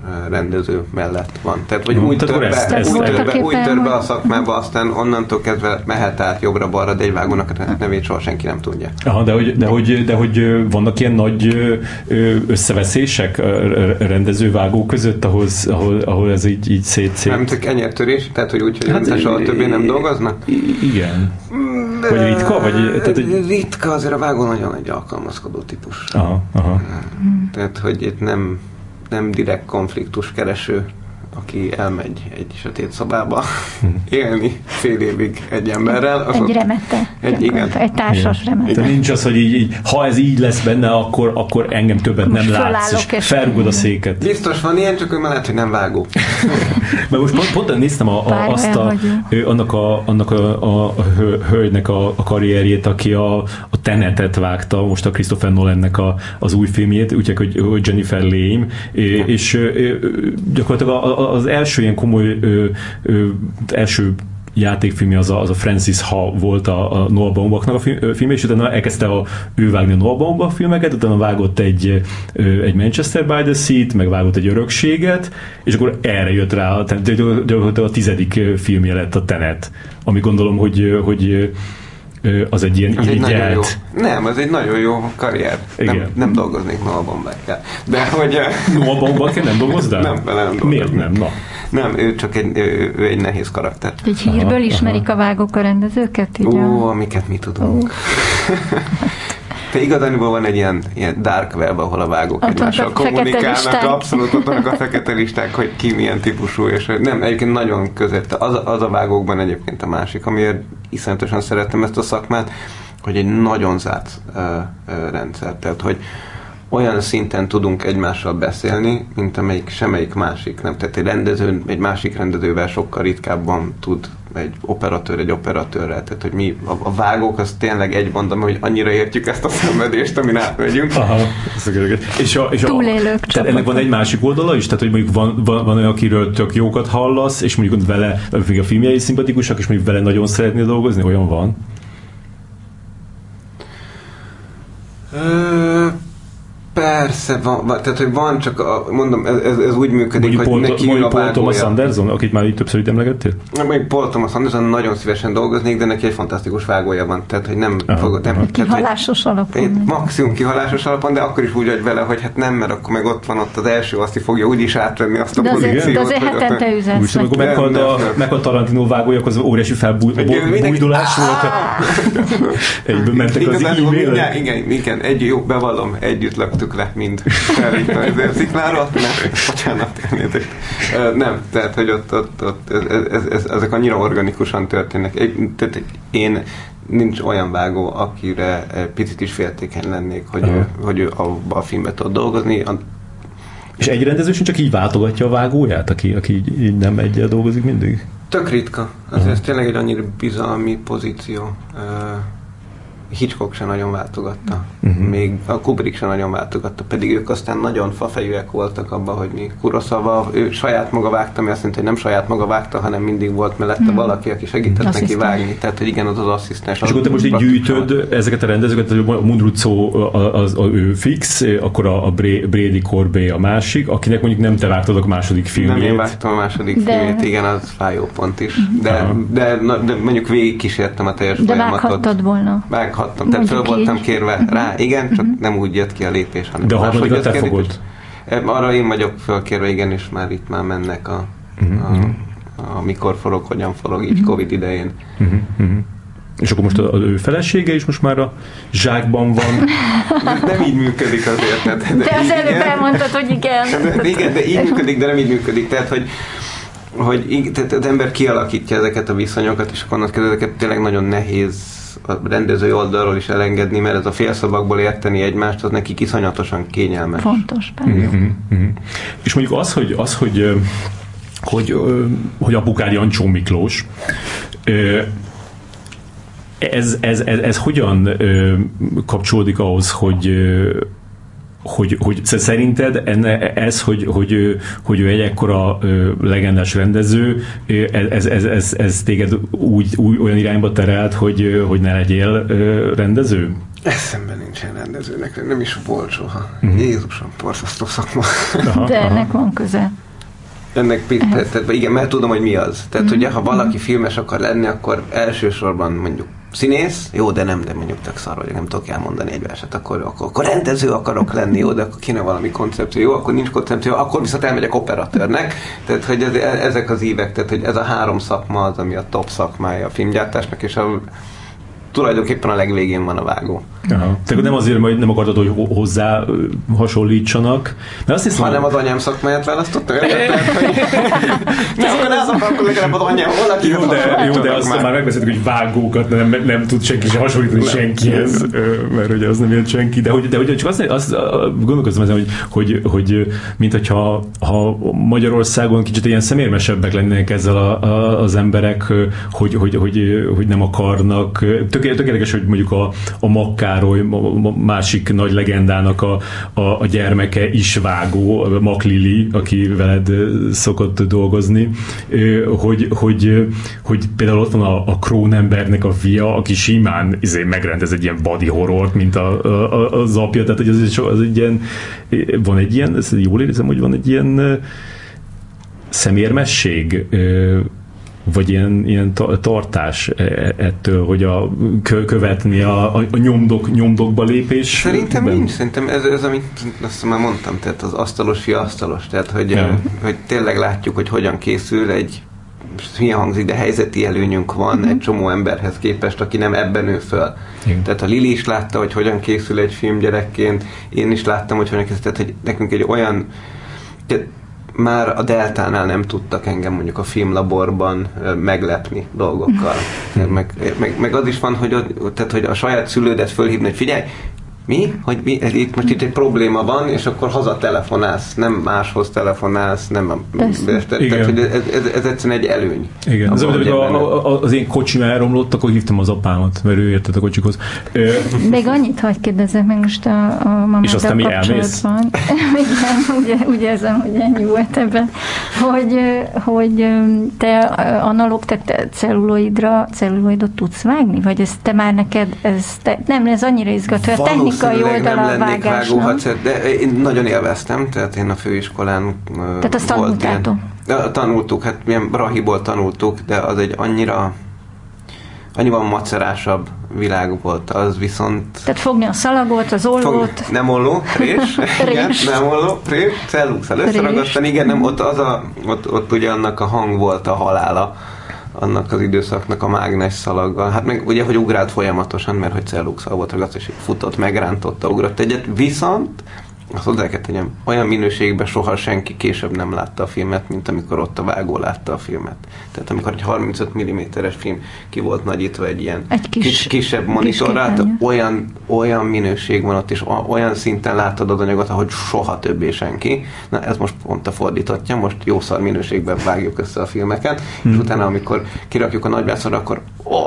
[SPEAKER 3] rendező mellett van. Tehát, hogy
[SPEAKER 1] Hmm.
[SPEAKER 3] úgy,
[SPEAKER 1] Tehát
[SPEAKER 3] tör be,
[SPEAKER 1] ezt-
[SPEAKER 3] úgy,
[SPEAKER 1] ezt-
[SPEAKER 3] tör be, úgy tör be a
[SPEAKER 2] hogy-
[SPEAKER 3] szakmába, aztán onnantól kezdve mehet át jobbra-balra, de egy vágónak a nevét soha senki nem tudja.
[SPEAKER 1] Aha, de hogy, de, hogy, de hogy ö, vannak ilyen nagy ö, ö, összeveszések ö, rendező-vágó között, ahhoz, ahol, ahol ez így, így szét, szét.
[SPEAKER 3] Nem csak enyertörés, tehát, hogy úgy, hogy hát,
[SPEAKER 1] Hát,
[SPEAKER 3] soha többé nem dolgoznak?
[SPEAKER 1] I- igen. Vagy ritka? Vagy, tehát, hogy...
[SPEAKER 3] Ritka, azért a vágó nagyon egy alkalmazkodó típus.
[SPEAKER 1] Aha, aha.
[SPEAKER 3] Tehát, hogy itt nem, nem direkt konfliktus kereső, aki elmegy egy sötét szobába élni fél évig egy emberrel.
[SPEAKER 2] Egy remete.
[SPEAKER 3] Egy, igen.
[SPEAKER 2] Egy társas
[SPEAKER 1] Igen.
[SPEAKER 2] remete.
[SPEAKER 1] Tehát nincs az, hogy így, így, ha ez így lesz benne, akkor, akkor engem többet
[SPEAKER 2] Most
[SPEAKER 1] nem látsz,
[SPEAKER 2] fölállok,
[SPEAKER 1] és
[SPEAKER 2] és-
[SPEAKER 1] felrugod a széket.
[SPEAKER 3] Biztos van ilyen, csak ő már lehet, hogy nem vágó.
[SPEAKER 1] Mert most pont, pont néztem a, a,
[SPEAKER 2] Bár
[SPEAKER 1] azt a,
[SPEAKER 2] olyan vagyok.
[SPEAKER 1] ő, annak a, annak a, a, a hő- hölgynek a, a karrierjét, aki a, a Tenetet vágta, most a Christopher Nolannek a, az új filmjét, úgyhogy hogy, hogy Jennifer Lame, és ö, gyakorlatilag a- az első ilyen komoly ö, ö, első játékfilmje az a, az a Francis Ha volt a, a Noah Baumbachnak a film, film, és utána elkezdte a, ő vágni a Noah Baumbach filmeket, utána vágott egy, ö, egy Manchester by the Sea-t, meg vágott egy Örökséget, és akkor erre jött rá, tehát gyakorlatilag a tizedik filmje lett a Tenet, ami gondolom, hogy, hogy ö, az egy ilyen
[SPEAKER 3] Az egy nagyon jó.
[SPEAKER 1] irigyelt.
[SPEAKER 3] Nem, az egy nagyon jó karrier. Nem,
[SPEAKER 1] Igen.
[SPEAKER 3] nem dolgoznék Noah Baumbachkel. De hogy...
[SPEAKER 1] Noah Baumbach nem dolgozdál?
[SPEAKER 3] Nem, vele nem dolgoznék.
[SPEAKER 1] Miért nem? Na.
[SPEAKER 3] Nem, ő csak egy, ő, ő egy nehéz karakter.
[SPEAKER 2] Egy hírből
[SPEAKER 1] Aha,
[SPEAKER 2] ismerik a vágók a rendezőket? Így
[SPEAKER 3] Ó,
[SPEAKER 2] a...
[SPEAKER 3] amiket mi tudunk. Te igazániból van egy ilyen, ilyen dark web, ahol a vágók
[SPEAKER 2] Ott
[SPEAKER 3] egymással
[SPEAKER 2] vannak fekete
[SPEAKER 3] kommunikálnak,
[SPEAKER 2] listák.
[SPEAKER 3] abszolút ott vannak a fekete listák, hogy ki milyen típusú, és hogy nem, egyébként nagyon között, az, az a vágókban egyébként a másik, amiért iszonyatosan szerettem ezt a szakmát, hogy egy nagyon zárt uh, uh, rendszer, tehát hogy olyan szinten tudunk egymással beszélni, mint amelyik semmelyik másik nem. Tehát egy rendező, egy másik rendezővel sokkal ritkábban tud egy operatőr egy operatőrrel. Tehát, hogy mi a, a vágók, az tényleg egy mondom, hogy annyira értjük ezt a szenvedést, amin átmegyünk.
[SPEAKER 1] Aha, és a, és a,
[SPEAKER 2] Túlélők
[SPEAKER 1] tehát ennek van egy másik oldala is, tehát hogy mondjuk van, van, van olyan, akiről tök jókat hallasz, és mondjuk vele, a filmjei szimpatikusak, és mondjuk vele nagyon szeretnél dolgozni, olyan van?
[SPEAKER 3] Ö, persze, van, van, tehát hogy van, csak a, mondom, ez, ez, ez úgy működik,
[SPEAKER 1] Mondjuk
[SPEAKER 3] hogy
[SPEAKER 1] Paul,
[SPEAKER 3] neki
[SPEAKER 1] mondjuk
[SPEAKER 3] a
[SPEAKER 1] Paul Thomas
[SPEAKER 3] vágója.
[SPEAKER 1] Anderson, akit már így többször itt emlegettél?
[SPEAKER 3] Még Paul Thomas Anderson nagyon szívesen dolgoznék, de neki egy fantasztikus vágója van, tehát hogy nem
[SPEAKER 1] Aha,
[SPEAKER 3] fogod... Nem,
[SPEAKER 1] aha.
[SPEAKER 3] tehát, hogy
[SPEAKER 2] Kihalásos alapon.
[SPEAKER 3] Én maximum kihalásos alapon, de akkor is úgy vagy vele, hogy hát nem, mert akkor meg ott van ott az első, azt fogja úgyis átvenni azt a
[SPEAKER 2] De azért,
[SPEAKER 3] pozíciót.
[SPEAKER 2] de azért
[SPEAKER 3] hogy ott-
[SPEAKER 2] hetente
[SPEAKER 1] Úgy
[SPEAKER 2] üzensz
[SPEAKER 1] sem, amikor
[SPEAKER 2] neki.
[SPEAKER 1] meghalt
[SPEAKER 3] Nem,
[SPEAKER 1] a,
[SPEAKER 3] nem, nem.
[SPEAKER 1] meghalt Tarantino vágója, akkor az óriási felbújdulás volt. Egyből mentek az
[SPEAKER 3] Igazán, mindjárt,
[SPEAKER 1] e-mailek.
[SPEAKER 3] igen, igen, egy, jó, bevallom, együtt löktük le, mind felírtam ezért sziklára, nem, bocsánat, elnézést. Ö, Nem, tehát, hogy ott, ott, ott ez, ez, ez, ezek annyira organikusan történnek. Egy, tehát én nincs olyan vágó, akire picit is féltékeny lennék, hogy, ő, hogy ő a, a filmben tud dolgozni. A,
[SPEAKER 1] És egy rendező sem csak így váltogatja a vágóját, aki, aki így, így nem egyel dolgozik mindig?
[SPEAKER 3] tök ritka. Ez, ez tényleg egy annyira bizalmi pozíció. Uh, Hitchcock se nagyon váltogatta. Uh-huh. Még a Kubrick se nagyon váltogatta, pedig ők aztán nagyon fafejűek voltak abban, hogy mi Kurosawa, ő saját maga vágta, ami azt jelenti, hogy nem saját maga vágta, hanem mindig volt mellette uh-huh. valaki, aki segített
[SPEAKER 2] Asszisztens.
[SPEAKER 3] neki vágni. Tehát, hogy igen, az az asszisztens.
[SPEAKER 1] És akkor te most így gyűjtöd ezeket a rendezőket, a Mundruczó az, az, ő fix, akkor a, a Brady Corbet a másik, akinek mondjuk nem te vágtad a második filmjét.
[SPEAKER 3] Nem én vágtam a második
[SPEAKER 2] De-
[SPEAKER 3] filmét, igen, az fájó pont is. De, de, de, de mondjuk végig kísértem a teljes
[SPEAKER 2] De
[SPEAKER 3] folyamatot.
[SPEAKER 2] vághattad volna.
[SPEAKER 3] Vághattam, tehát föl
[SPEAKER 2] Mondjuk
[SPEAKER 3] voltam
[SPEAKER 2] így.
[SPEAKER 3] kérve rá, igen, csak nem úgy jött ki a lépés, hanem
[SPEAKER 1] De a
[SPEAKER 3] máshogy
[SPEAKER 1] harmadikat
[SPEAKER 3] jött
[SPEAKER 1] te
[SPEAKER 3] ki a
[SPEAKER 1] fogod?
[SPEAKER 3] lépés. E, Arra én vagyok fölkérve, igen, és már itt már mennek a, a, a mikor forog, hogyan forog, így Covid idején.
[SPEAKER 1] Uh-huh, uh-huh. És akkor most az ő felesége is most már a zsákban van.
[SPEAKER 3] Nem így működik azért. Tehát,
[SPEAKER 2] De az
[SPEAKER 3] így-
[SPEAKER 2] előbb
[SPEAKER 3] igen.
[SPEAKER 2] elmondtad, hogy igen.
[SPEAKER 3] De, igen, de így működik, de nem így működik. Tehát, hogy hogy így, tehát az ember kialakítja ezeket a viszonyokat, és akkor annak ezeket tényleg nagyon nehéz a rendezői oldalról is elengedni, mert ez a félszavakból érteni egymást, az neki iszonyatosan kényelmes.
[SPEAKER 2] Fontos, persze.
[SPEAKER 1] Uh-huh, uh-huh. És mondjuk az, hogy, az, hogy, ö, hogy, ö, hogy apukád Jancsó Miklós, ö, ez, ez, ez, ez hogyan ö, kapcsolódik ahhoz, hogy ö, hogy, hogy szerinted enne, ez, hogy, hogy, hogy ő egy ekkora ö, legendás rendező, ez, ez, ez, ez téged úgy, úgy olyan irányba terelt, hogy, hogy ne legyél ö, rendező?
[SPEAKER 3] Eszemben nincsen rendezőnek, nem is volt soha. Uh-huh. Jézusom, borzasztó szakma.
[SPEAKER 2] De ennek van köze.
[SPEAKER 3] Ennek, tehát, igen, mert tudom, hogy mi az. Tehát, mm-hmm. ugye, ha valaki filmes akar lenni, akkor elsősorban mondjuk színész, jó, de nem, de mondjuk tök szar vagyok, nem tudok elmondani egy verset, akkor, akkor, akkor rendező akarok lenni, jó, de akkor kéne valami koncepció, jó, akkor nincs koncepció, akkor viszont elmegyek operatőrnek. Tehát, hogy ez, ezek az ívek, tehát, hogy ez a három szakma az, ami a top szakmája a filmgyártásnak, és a tulajdonképpen a legvégén van a vágó.
[SPEAKER 1] Aha. Tehát nem azért, hogy nem akartad, hogy hozzá hasonlítsanak. Mert azt hiszem,
[SPEAKER 3] ha nem az anyám szakmáját választottam, de akkor az akkor legalább az anyám valaki.
[SPEAKER 1] Jó, de, jó, de azt már, már megbeszéltük, hogy vágókat nem, nem tud senki se hasonlítani nem. senkihez, mert ugye az nem ért senki. De hogy, de hogy csak azt, azt gondolkozom ezen, hogy, hogy, hogy mint hogyha ha Magyarországon kicsit ilyen szemérmesebbek lennének ezzel a, a, az emberek, hogy, hogy, hogy, hogy nem akarnak. Tökéletes, hogy mondjuk a, a Makkároly, másik nagy legendának a, a, a gyermeke is vágó, Mak Lili, aki veled szokott dolgozni, hogy, hogy, hogy például ott van a, a Cronenbergnek a fia, aki simán izé, megrendez egy ilyen body horrort, mint a, a, az apja, tehát hogy az, az egy ilyen, van egy ilyen, ezt jól érzem, hogy van egy ilyen szemérmesség, vagy ilyen, ilyen tartás ettől, hogy a, követni a, a nyomdok, nyomdokba lépés?
[SPEAKER 3] Szerintem nincs, szerintem ez, ez amit azt már mondtam, tehát az asztalos fia asztalos, tehát hogy, ja. hogy tényleg látjuk, hogy hogyan készül egy, milyen hangzik, de helyzeti előnyünk van mm-hmm. egy csomó emberhez képest, aki nem ebben nő föl. Igen. Tehát a Lili is látta, hogy hogyan készül egy film gyerekként, én is láttam, hogy hogyan készül, tehát hogy nekünk egy olyan már a Deltánál nem tudtak engem mondjuk a filmlaborban meglepni dolgokkal. meg, meg, meg az is van, hogy, ott, tehát, hogy a saját szülődet fölhívni, hogy figyelj, mi? Hogy mi? Itt most itt egy probléma van, és akkor haza telefonálsz, nem máshoz telefonálsz, nem tehát, hogy ez, ez, ez egyszerűen egy előny.
[SPEAKER 1] Igen. Az, az, a, az én kocsim elromlott, akkor hívtam az apámat, mert ő értett a kocsikhoz.
[SPEAKER 2] Még annyit hadd kérdezzek meg most a, a mamáddal
[SPEAKER 1] és aztán mi elmész?
[SPEAKER 2] Igen, ugye, úgy érzem, hogy ennyi volt ebben, hogy, hogy te analóg, te celluloidra, celluloidot tudsz vágni? Vagy ez te már neked, ez te, nem, ez annyira izgató, a technikai oldala a vágásnak.
[SPEAKER 3] De én nagyon élveztem, tehát én a főiskolán
[SPEAKER 2] tehát azt tanultátok?
[SPEAKER 3] Ilyen, tanultuk, hát milyen Brahiból tanultuk, de az egy annyira annyiban macerásabb világ volt, az viszont...
[SPEAKER 2] Tehát fogni a szalagot, az ollót... Fog,
[SPEAKER 3] nem olló, prés, igen, nem olló, prés, celluxal összeragasztani, igen, nem, ott, az a, ott, ott ugye annak a hang volt a halála, annak az időszaknak a mágnes szalaggal. Hát meg ugye, hogy ugrált folyamatosan, mert hogy celluxal volt ragasztva, és futott, megrántotta, ugrott egyet, viszont azt hozzá kell tegyem, olyan minőségben soha senki később nem látta a filmet, mint amikor ott a vágó látta a filmet. Tehát amikor egy harmincöt milliméteres film ki volt nagyítva egy ilyen
[SPEAKER 2] egy kis,
[SPEAKER 3] kis, kisebb monitorra, kis olyan, olyan minőség van ott, és olyan szinten láttad az anyagot, ahogy soha többé senki. Na ez most pont a fordítottja, most jó szar minőségben vágjuk össze a filmeket, hmm. és utána amikor kirakjuk a nagyvászorra, akkor ó,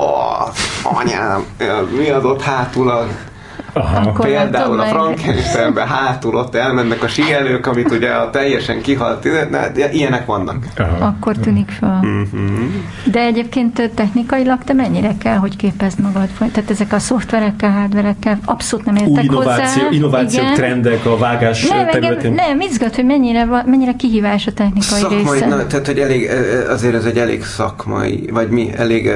[SPEAKER 3] anyám, mi az ott hátul a
[SPEAKER 1] Aha.
[SPEAKER 3] Például a Frankensteinben hátul ott elmennek a síelők, amit ugye a teljesen kihalt, de ilyenek vannak.
[SPEAKER 2] Aha. Akkor tűnik fel.
[SPEAKER 3] Mm-hmm.
[SPEAKER 2] De egyébként technikailag te mennyire kell, hogy képezd magad? Tehát ezek a szoftverekkel, hardverekkel abszolút nem értek
[SPEAKER 1] új innováció,
[SPEAKER 2] hozzá.
[SPEAKER 1] Innovációk, igen. Trendek a vágás
[SPEAKER 2] nem,
[SPEAKER 1] területén.
[SPEAKER 2] Nem, nem, izgat, hogy mennyire, mennyire kihívás a technikai
[SPEAKER 3] szakmai,
[SPEAKER 2] része.
[SPEAKER 3] Na, tehát, hogy elég, azért ez egy elég szakmai, vagy mi, elég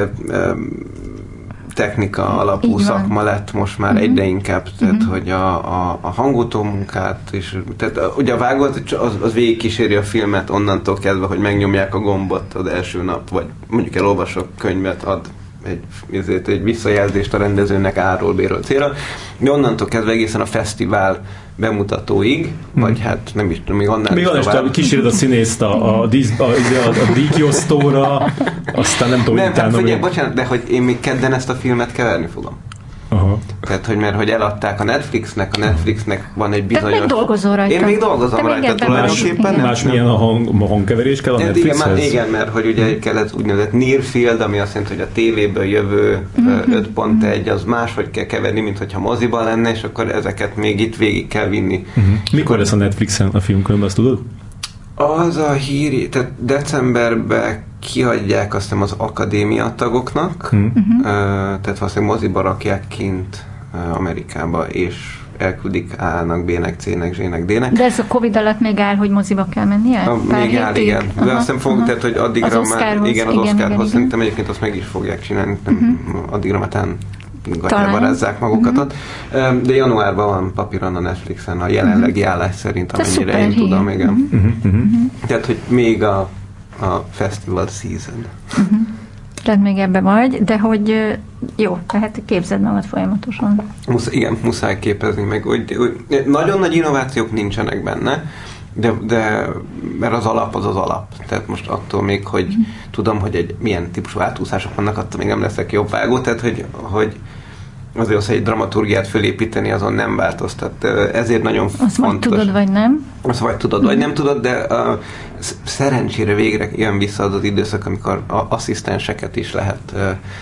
[SPEAKER 3] technika alapú szakma lett most már uh-huh. egyre inkább, tehát uh-huh. hogy a, a, a hangutó munkát is, tehát ugye a vágó az, az végig kíséri a filmet onnantól kezdve, hogy megnyomják a gombot az első nap, vagy mondjuk elolvasok könyvet, ad egy, ezért egy visszajelzést a rendezőnek árról, béről, célra, de onnantól kezdve egészen a fesztivál bemutatóig, hmm. vagy hát nem is tudom, még annál
[SPEAKER 1] még is tovább. Kíséred a színészt a, a, dísz, a, a, a díjkiosztóra, aztán nem tudom,
[SPEAKER 3] nem,
[SPEAKER 1] utána...
[SPEAKER 3] Nem, figyelj, bocsánat, de hogy én még kedden ezt a filmet keverni fogom.
[SPEAKER 1] Aha.
[SPEAKER 3] Tehát, hogy mert hogy eladták a Netflixnek, a Netflixnek van egy bizonyos...
[SPEAKER 2] Tehát még dolgozol rajta.
[SPEAKER 3] Én még dolgozom
[SPEAKER 2] te
[SPEAKER 3] rajta tulajdonképpen.
[SPEAKER 1] Más milyen a, hang, a hangkeverés kell a
[SPEAKER 3] igen,
[SPEAKER 1] Netflixhez?
[SPEAKER 3] Igen, igen, mert hogy ugye kell ez úgynevezett near field, ami azt jelenti, hogy a tévéből jövő mm-hmm. öt pont egy az máshogy kell keverni, mint hogyha moziban lenne, és akkor ezeket még itt végig kell vinni.
[SPEAKER 1] Mm-hmm. Mikor lesz a Netflixen a filmkörben, azt tudod?
[SPEAKER 3] Az a hír, tehát decemberben kiadják azt hiszem az akadémia tagoknak, mm-hmm. uh, tehát valószínűleg moziba rakják kint Amerikába, és elküldik A-nak, B-nek, C-nek, Z-nek, D-nek.
[SPEAKER 2] De ez a Covid alatt még áll, hogy moziba kell mennie?
[SPEAKER 3] A, még áll, igen. De aha, azt nem fogunk, tehát, hogy addigra
[SPEAKER 2] az
[SPEAKER 3] már,
[SPEAKER 2] Oscarhoz,
[SPEAKER 3] igen, az
[SPEAKER 2] igen,
[SPEAKER 3] Oscarhoz,
[SPEAKER 2] igen,
[SPEAKER 3] szerintem igen. Egyébként azt meg is fogják csinálni, uh-huh. addigra már tán gatyába rázzák magukat ott. Uh-huh. De januárban van papíron a Netflixen a jelenlegi állás szerint, amennyire én tudom, igen. Uh-huh. Uh-huh. Tehát, hogy még a, a festival season.
[SPEAKER 2] Uh-huh. Tehát még ebbe vagy, de hogy jó, tehát képzeld magad folyamatosan.
[SPEAKER 3] Musz, igen, muszáj képezni meg. Úgy, úgy, nagyon nagy innovációk nincsenek benne, de, de mert az alap az az alap. Tehát most attól még, hogy mm. tudom, hogy egy milyen típusú átúszások vannak, attól még nem leszek jobb vágó, tehát hogy, hogy azért az, hogy egy dramaturgiát fölépíteni, azon nem változtat. Ezért nagyon
[SPEAKER 2] azt
[SPEAKER 3] fontos.
[SPEAKER 2] Azt vagy tudod, vagy nem?
[SPEAKER 3] Azt vagy tudod, mm. vagy nem tudod, de uh, szerencsére végre jön vissza az az időszak, amikor a asszisztenseket is lehet uh,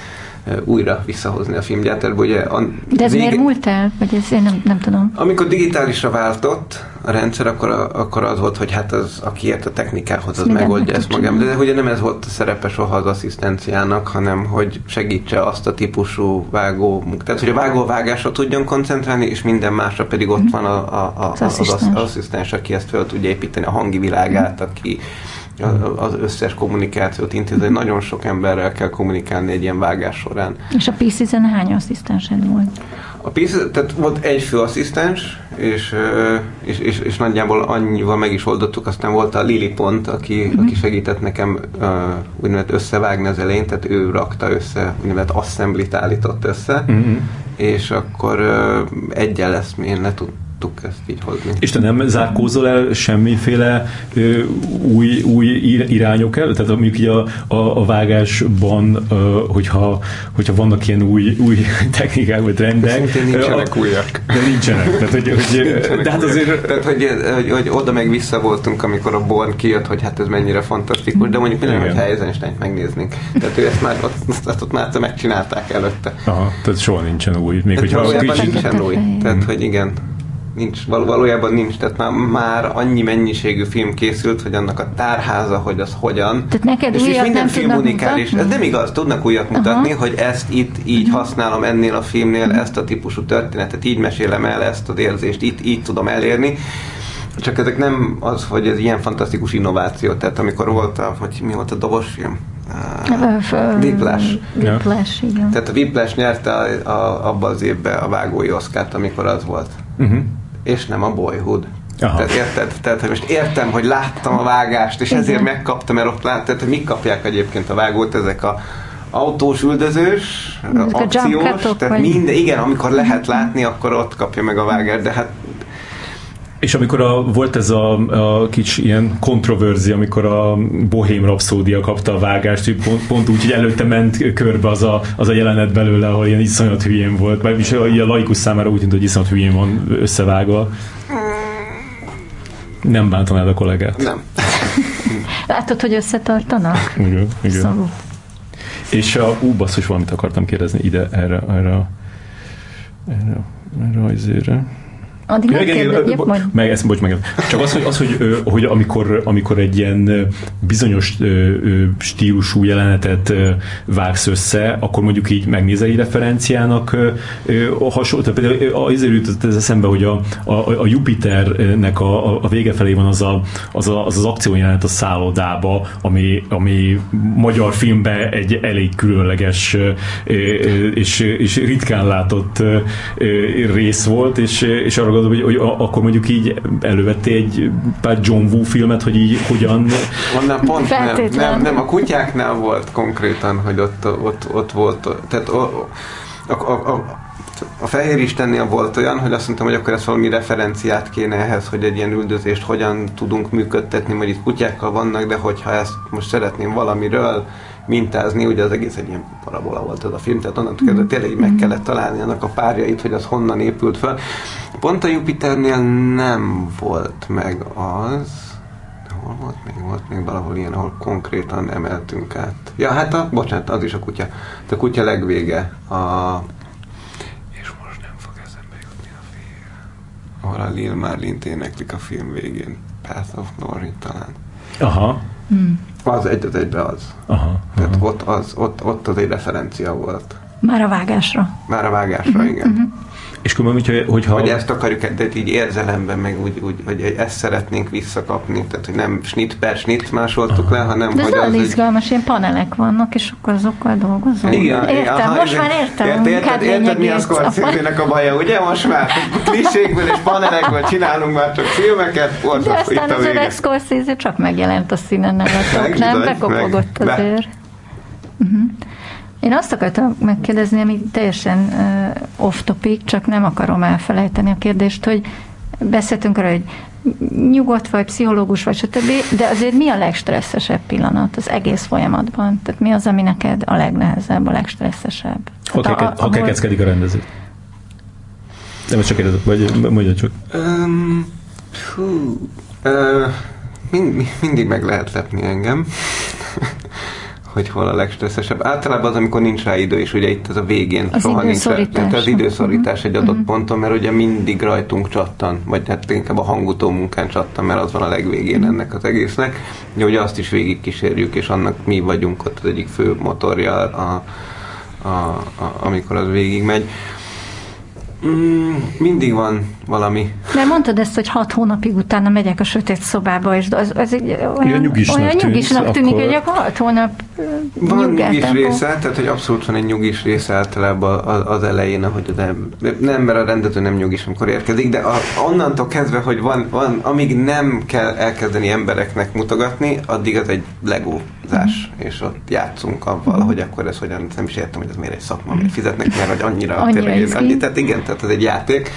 [SPEAKER 3] újra visszahozni a filmgyártásba. Ugye a
[SPEAKER 2] De ez
[SPEAKER 3] vége...
[SPEAKER 2] miért múlt el? Vagy ez én nem, nem tudom.
[SPEAKER 3] Amikor digitálisra váltott a rendszer, akkor, a, akkor az volt, hogy hát az, aki ért a technikához, az megoldja ezt magam. De ugye nem ez volt a szerepe soha az asszisztenciának, hanem hogy segítse azt a típusú vágó munkát. Tehát, hogy a vágó vágásra tudjon koncentrálni, és minden másra pedig ott van a, a, a, az, az, az asszisztens, aki ezt fel tudja építeni, a hangi világát, aki az összes kommunikációt intézni. Nagyon sok emberrel kell kommunikálni egy ilyen vágás során.
[SPEAKER 2] És a pé cé-en hány asszisztensed volt?
[SPEAKER 3] A pé cé, tehát volt egy fő asszisztens, és, és, és, és nagyjából annyival meg is oldottuk. Aztán volt a Lili Pont, aki, mm-hmm. aki segített nekem uh, úgynevezett összevágni az elején, tehát ő rakta össze, úgynevezett assemblit állított össze, mm-hmm. és akkor uh, egyen lesz, én le tud ezt így hozni.
[SPEAKER 1] És te nem zárkózol el semmiféle ö, új, új irányok el? Tehát mondjuk így a, a, a vágásban, ö, hogyha, hogyha vannak ilyen új, új technikák, vagy trendek.
[SPEAKER 3] Szintén nincsenek
[SPEAKER 1] a,
[SPEAKER 3] újak.
[SPEAKER 1] De nincsenek. Tehát, hogy, hogy, de hát azért...
[SPEAKER 3] Tehát, hogy, hogy, hogy oda meg vissza voltunk, amikor a Bourne kijött, hogy hát ez mennyire fantasztikus, de mondjuk minden, hogy Eisensteint megnéznénk. Tehát ő ezt már ott, ott, ott már megcsinálták előtte.
[SPEAKER 1] Aha, tehát soha nincsen új. Még
[SPEAKER 3] tehát
[SPEAKER 1] hogyha
[SPEAKER 3] kicsit... nincsen új. Tehát, hogy igen. Nincs, val- valójában nincs, tehát már, már annyi mennyiségű film készült, hogy annak a tárháza, hogy az hogyan.
[SPEAKER 2] Tehát neked
[SPEAKER 3] és, és minden
[SPEAKER 2] nem
[SPEAKER 3] film unikális. Ez nem igaz, tudnak újat mutatni, aha. hogy ezt itt így uh-huh. használom ennél a filmnél, uh-huh. ezt a típusú történetet, így mesélem el ezt az érzést, itt így tudom elérni. Csak ezek nem az, hogy ez ilyen fantasztikus innováció, tehát amikor volt a, hogy mi volt a dobos film? Uh, Whiplash.
[SPEAKER 2] Whiplash, igen.
[SPEAKER 3] Tehát a Whiplash nyerte a, a, abban az évben a vágói Oscart, amikor az volt. Uh-huh. És nem a Boyhood. Aha. Tehát érted? Tehát most értem, hogy láttam a vágást, és igen. ezért megkaptam, mert ott láttam, hogy mik kapják egyébként a vágót, ezek a autós, üldözős, ezek akciós, tehát minden, igen, amikor lehet látni, akkor ott kapja meg a vágást, de hát
[SPEAKER 1] és amikor a, volt ez a, a kicsi ilyen kontroverzi, amikor a Bohém Rhapsódia kapta a vágást, hogy pont, pont úgy, hogy előtte ment körbe az a, az a jelenet belőle, ahol ilyen iszonyat hülyén volt, mert is a, a laikus számára úgy tűnt, hogy iszonyat hülyén van összevágva. Nem bántanád a kollégát?
[SPEAKER 3] Nem.
[SPEAKER 2] Látod, hogy összetartanak?
[SPEAKER 1] Igen, igen.
[SPEAKER 2] Szóval.
[SPEAKER 1] És a, ú, basszus, valamit akartam kérdezni ide, erre, erre, erre, erre az érre.
[SPEAKER 2] Addig ja, igen, kérdez,
[SPEAKER 1] igen, meg, ezt, bocs, meg, csak az, hogy, az, hogy, hogy amikor, amikor egy ilyen bizonyos stílusú jelenetet vágsz össze, akkor mondjuk így megnézel egy referenciának hasonló. Például azért jutott ez eszembe, hogy a, a, a Jupiternek a, a vége felé van az a, az, a, az, az akciójelenet a szállodába, ami, ami magyar filmben egy elég különleges és, és ritkán látott rész volt, és, és arra Hogy, hogy akkor mondjuk így elővettél egy pár John Woo filmet, hogy így hogyan...
[SPEAKER 3] Onnan pont nem, nem, nem, a kutyáknál volt konkrétan, hogy ott, ott, ott volt, tehát a, a, a, a, a Fehér Istennél volt olyan, hogy azt mondtam, hogy akkor ezt valami referenciát kéne ehhez, hogy egy ilyen üldözést hogyan tudunk működtetni, mert itt kutyákkal vannak, de hogyha ezt most szeretném valamiről mintázni, ugye az egész egy ilyen parabola volt ez a film, tehát onnantól kezdve tényleg meg kellett találni annak a párjait, hogy az honnan épült fel. Pont a Jupiternél nem volt meg az, de hol volt még? Volt még valahol ilyen, ahol konkrétan emeltünk át. Ja, hát a, bocsánat, az is a kutya. De a kutya legvége. A, és most nem fog eszembe jutni a vége. Ahol a Lil Marlint éneklik a film végén. Path of Glory talán.
[SPEAKER 1] Aha.
[SPEAKER 2] Hmm.
[SPEAKER 3] Az egy az egybe az. Aha, tehát aha. Ott, az, ott, ott az egy referencia volt.
[SPEAKER 2] Már a vágásra.
[SPEAKER 3] Már a vágásra, uh-huh, igen. Uh-huh.
[SPEAKER 1] És különben, hogyha... hogyha...
[SPEAKER 3] Hogy ezt akarjuk, de így érzelemben, meg úgy, úgy, hogy ezt szeretnénk visszakapni, tehát hogy nem snit per snit másoltuk le, hanem...
[SPEAKER 2] De ez
[SPEAKER 3] hogy
[SPEAKER 2] nagyon
[SPEAKER 3] az
[SPEAKER 2] izgalmas, egy... ilyen panelek vannak, és akkor azokkal dolgozunk.
[SPEAKER 3] Igen,
[SPEAKER 2] értem,
[SPEAKER 3] aha,
[SPEAKER 2] most
[SPEAKER 3] igen.
[SPEAKER 2] már értem.
[SPEAKER 3] Érted, érted, érted mi a Scorsese-nek a baja, ugye? Most már klisékből és panelekből csinálunk már csak filmeket, ott
[SPEAKER 2] de aztán
[SPEAKER 3] itt a
[SPEAKER 2] az
[SPEAKER 3] vége.
[SPEAKER 2] öreg Scorsese csak megjelent a színen nevetok, nem?
[SPEAKER 3] Meg,
[SPEAKER 2] Bekopogott
[SPEAKER 3] meg,
[SPEAKER 2] azért. Be. Uh-huh. Én azt akartam megkérdezni, ami teljesen uh, off-topic, csak nem akarom elfelejteni a kérdést, hogy beszéltünk arra, hogy nyugodt vagy, pszichológus vagy, stb., de azért mi a legstresszesebb pillanat az egész folyamatban? Tehát mi az, ami neked a legnehezebb, a legstresszesebb?
[SPEAKER 1] Ha, keke, a, ha kekeckedik a rendező. Nem, csak kérdezett, vagy mondja csak.
[SPEAKER 3] Um, hú, uh, mind, mindig meg lehet lepni engem. Hogy hol a legstresszesebb. Általában az, amikor nincs rá idő, és ugye itt ez a végén
[SPEAKER 2] az
[SPEAKER 3] soha nincs rá. Tehát az időszorítás
[SPEAKER 2] uh-huh.
[SPEAKER 3] egy adott
[SPEAKER 2] uh-huh.
[SPEAKER 3] ponton, mert ugye mindig rajtunk csattan, vagy hát inkább a hangutó munkán csattan, mert az van a legvégén uh-huh. ennek az egésznek. Ugye, ugye azt is végig kísérjük, és annak mi vagyunk ott az egyik fő motorja, a, a, a, amikor az végig megy. Mm, mindig van valami.
[SPEAKER 2] De mondtad ezt, hogy hat hónapig utána megyek a sötét szobába, és az, az egy olyan
[SPEAKER 1] nyugisnak,
[SPEAKER 2] olyan nyugisnak tűnik,
[SPEAKER 1] akkor...
[SPEAKER 2] hogy akkor hat hónap
[SPEAKER 3] van
[SPEAKER 2] nyugát,
[SPEAKER 3] nyugis
[SPEAKER 2] akkor...
[SPEAKER 3] része, tehát hogy abszolút van egy nyugis része általában az, az elején, ahogy az el... nem, mert a rendező nem nyugis, amikor érkezik, de a, onnantól kezdve, hogy van, van, amíg nem kell elkezdeni embereknek mutogatni, addig az egy legózás, mm. és ott játszunk avval, mm. hogy akkor ez hogyan, nem is értem, hogy ez miért egy szakma, miért fizetnek, mert hogy annyira,
[SPEAKER 2] annyira
[SPEAKER 3] tényleg, annyi, tehát igen, tehát ez egy játék.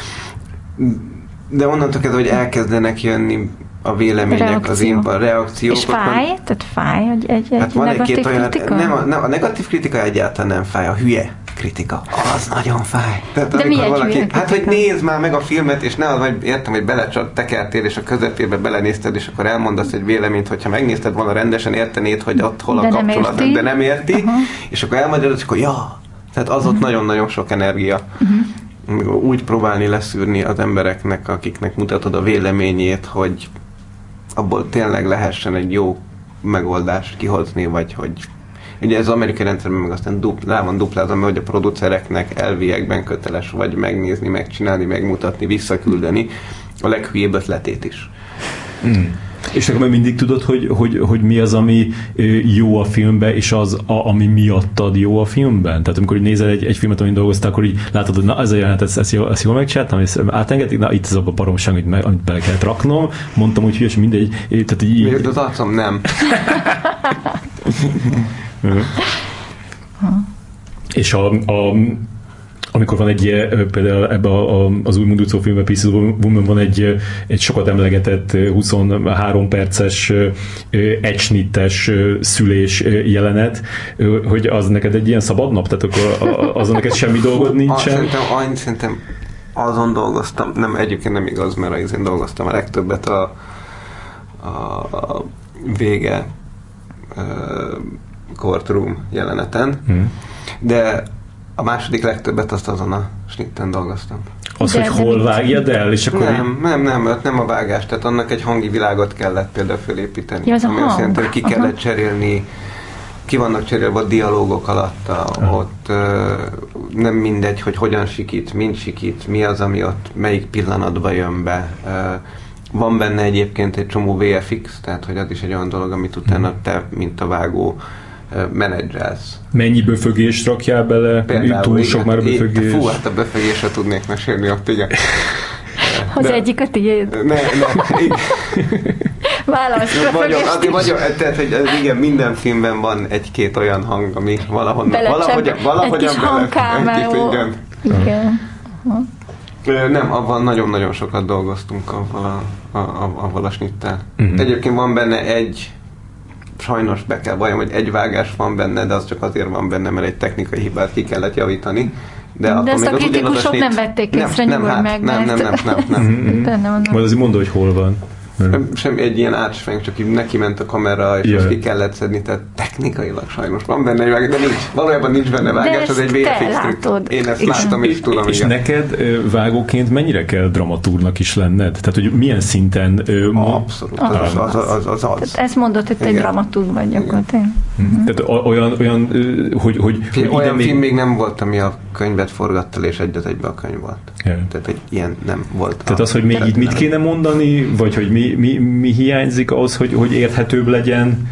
[SPEAKER 3] De onnantól kezdve, hogy elkezdenek jönni a vélemények, Reakció. az impa, reakciók.
[SPEAKER 2] És fáj? Tehát fáj, hogy egy, egy
[SPEAKER 3] hát van
[SPEAKER 2] negatív
[SPEAKER 3] egy olyan,
[SPEAKER 2] kritika?
[SPEAKER 3] Nem a, nem, a negatív kritika egyáltalán nem fáj, a hülye kritika. Az nagyon fáj. Tehát
[SPEAKER 2] de milyen
[SPEAKER 3] valaki,
[SPEAKER 2] hülye
[SPEAKER 3] hát, hogy nézd már meg a filmet, és ne az, hogy értem, hogy belecsat, tekertél, és a közepébe belenézted, és akkor elmondasz egy véleményt, hogyha megnézted volna rendesen, értenéd, hogy ott hol a
[SPEAKER 2] de
[SPEAKER 3] kapcsolat,
[SPEAKER 2] nem
[SPEAKER 3] de nem érti, uh-huh. és akkor elmagyarod, és akkor ja, tehát az uh-huh. ott nagyon-nagyon sok energia. Uh-huh. Úgy próbálni leszűrni az embereknek, akiknek mutatod a véleményét, hogy abból tényleg lehessen egy jó megoldást kihozni, vagy hogy ugye ez az amerikai rendszerben meg aztán dupl, rá van duplázva, mert hogy a producereknek elviekben köteles vagy megnézni, megcsinálni, megmutatni, visszaküldeni a leghülyébb ötletét is.
[SPEAKER 1] Mm. És akkor mindig tudod, hogy, hogy, hogy mi az, ami jó a filmben, és az, a, ami miattad jó a filmben? Tehát amikor nézel egy, egy filmet, amin dolgoztál, akkor így látod, hogy na, ez a jelenet, ezt, ezt, jól, ezt jól megcsináltam, és átengedik, na itt az a baromság, amit, me, amit bele kellett raknom, mondtam, hogy hülyes, mindegy. Tehát így...
[SPEAKER 3] Miért az arcom? Nem.
[SPEAKER 1] És a, a amikor van egy ilyen, például ebben az új Mundruczó filmben, Pieces of Woman van egy, egy sokat emlegetett huszonhárom perces egysnittes szülés jelenet, hogy az neked egy ilyen szabad nap? Tehát akkor azon neked semmi dolgod nincsen?
[SPEAKER 3] Szerintem, annyi, szerintem azon dolgoztam, nem, egyébként nem igaz, mert azon dolgoztam a legtöbbet a, a, a vége a courtroom jeleneten, hmm. de a második legtöbbet azt azon a snitten dolgoztam.
[SPEAKER 1] Az, de hogy hol vágjad el, és akkor...
[SPEAKER 3] Nem, nem, nem, nem a vágás, tehát annak egy hangi világot kellett például fölépíteni.
[SPEAKER 2] Ja, az a
[SPEAKER 3] ami
[SPEAKER 2] hang.
[SPEAKER 3] azt jelenti, hogy ki
[SPEAKER 2] Aha.
[SPEAKER 3] kellett cserélni, ki vannak cserélve a dialógok alatt, a, ott uh, nem mindegy, hogy hogyan sikít, mind sikít, mi az, ami ott melyik pillanatban jön be. Uh, van benne egyébként egy csomó vé ef iksz, tehát hogy az is egy olyan dolog, amit utána te, mint a vágó, menedzselsz.
[SPEAKER 1] Mennyi böfögést rakjál bele?
[SPEAKER 3] Például,
[SPEAKER 1] túl sok már a böfögés?
[SPEAKER 3] Fú, hát a böfögésre tudnék mesélni ott, igen.
[SPEAKER 2] Az de, egyik a tiéd.
[SPEAKER 3] Ne, ne.
[SPEAKER 2] Válasz, böfögést is.
[SPEAKER 3] Vagyok, tehát, hogy igen, minden filmben van egy-két olyan hang, ami valahonnan, valahogy, valahogyan
[SPEAKER 2] egy kis hangkámáló.
[SPEAKER 3] Igen.
[SPEAKER 2] Igen.
[SPEAKER 3] Nem, abban nagyon-nagyon sokat dolgoztunk avval a, a, avval a snittel. Uh-huh. Egyébként van benne egy sajnos be kell valljam, hogy egy vágás van benne, de az csak azért van benne, mert egy technikai hibát ki kellett javítani. De,
[SPEAKER 2] de ezt a kritikusok nem vették észre, nyugodj meg,
[SPEAKER 3] nem, nem, nem, nem, nem, nem.
[SPEAKER 1] Majd azért mondod, hogy hol van.
[SPEAKER 3] Sem, sem egy ilyen átsvenk, csak így neki ment a kamera, és azt ki kellett szedni, tehát technikailag sajnos van benne egy vágás, de nincs, valójában nincs benne vágás, az egy vé ef iksz trükk. Én ezt látom és tudom.
[SPEAKER 1] És neked vágóként mennyire kell dramatúrnak is lenned? Tehát, hogy milyen szinten...
[SPEAKER 3] Abszolút, az az, az, az, az, az.
[SPEAKER 2] Ezt mondod, hogy te egy dramaturg vagy gyakorlatilag.
[SPEAKER 1] Tehát olyan, olyan, hogy... hogy
[SPEAKER 3] olyan még... film még nem volt, ami a könyvet forgatta, és egyet egybe a könyv volt. Yeah. Tehát egy ilyen nem volt.
[SPEAKER 1] Tehát az, hogy még így mit kéne mondani, vagy hogy mi, mi, mi hiányzik ahhoz, hogy, hogy érthetőbb legyen,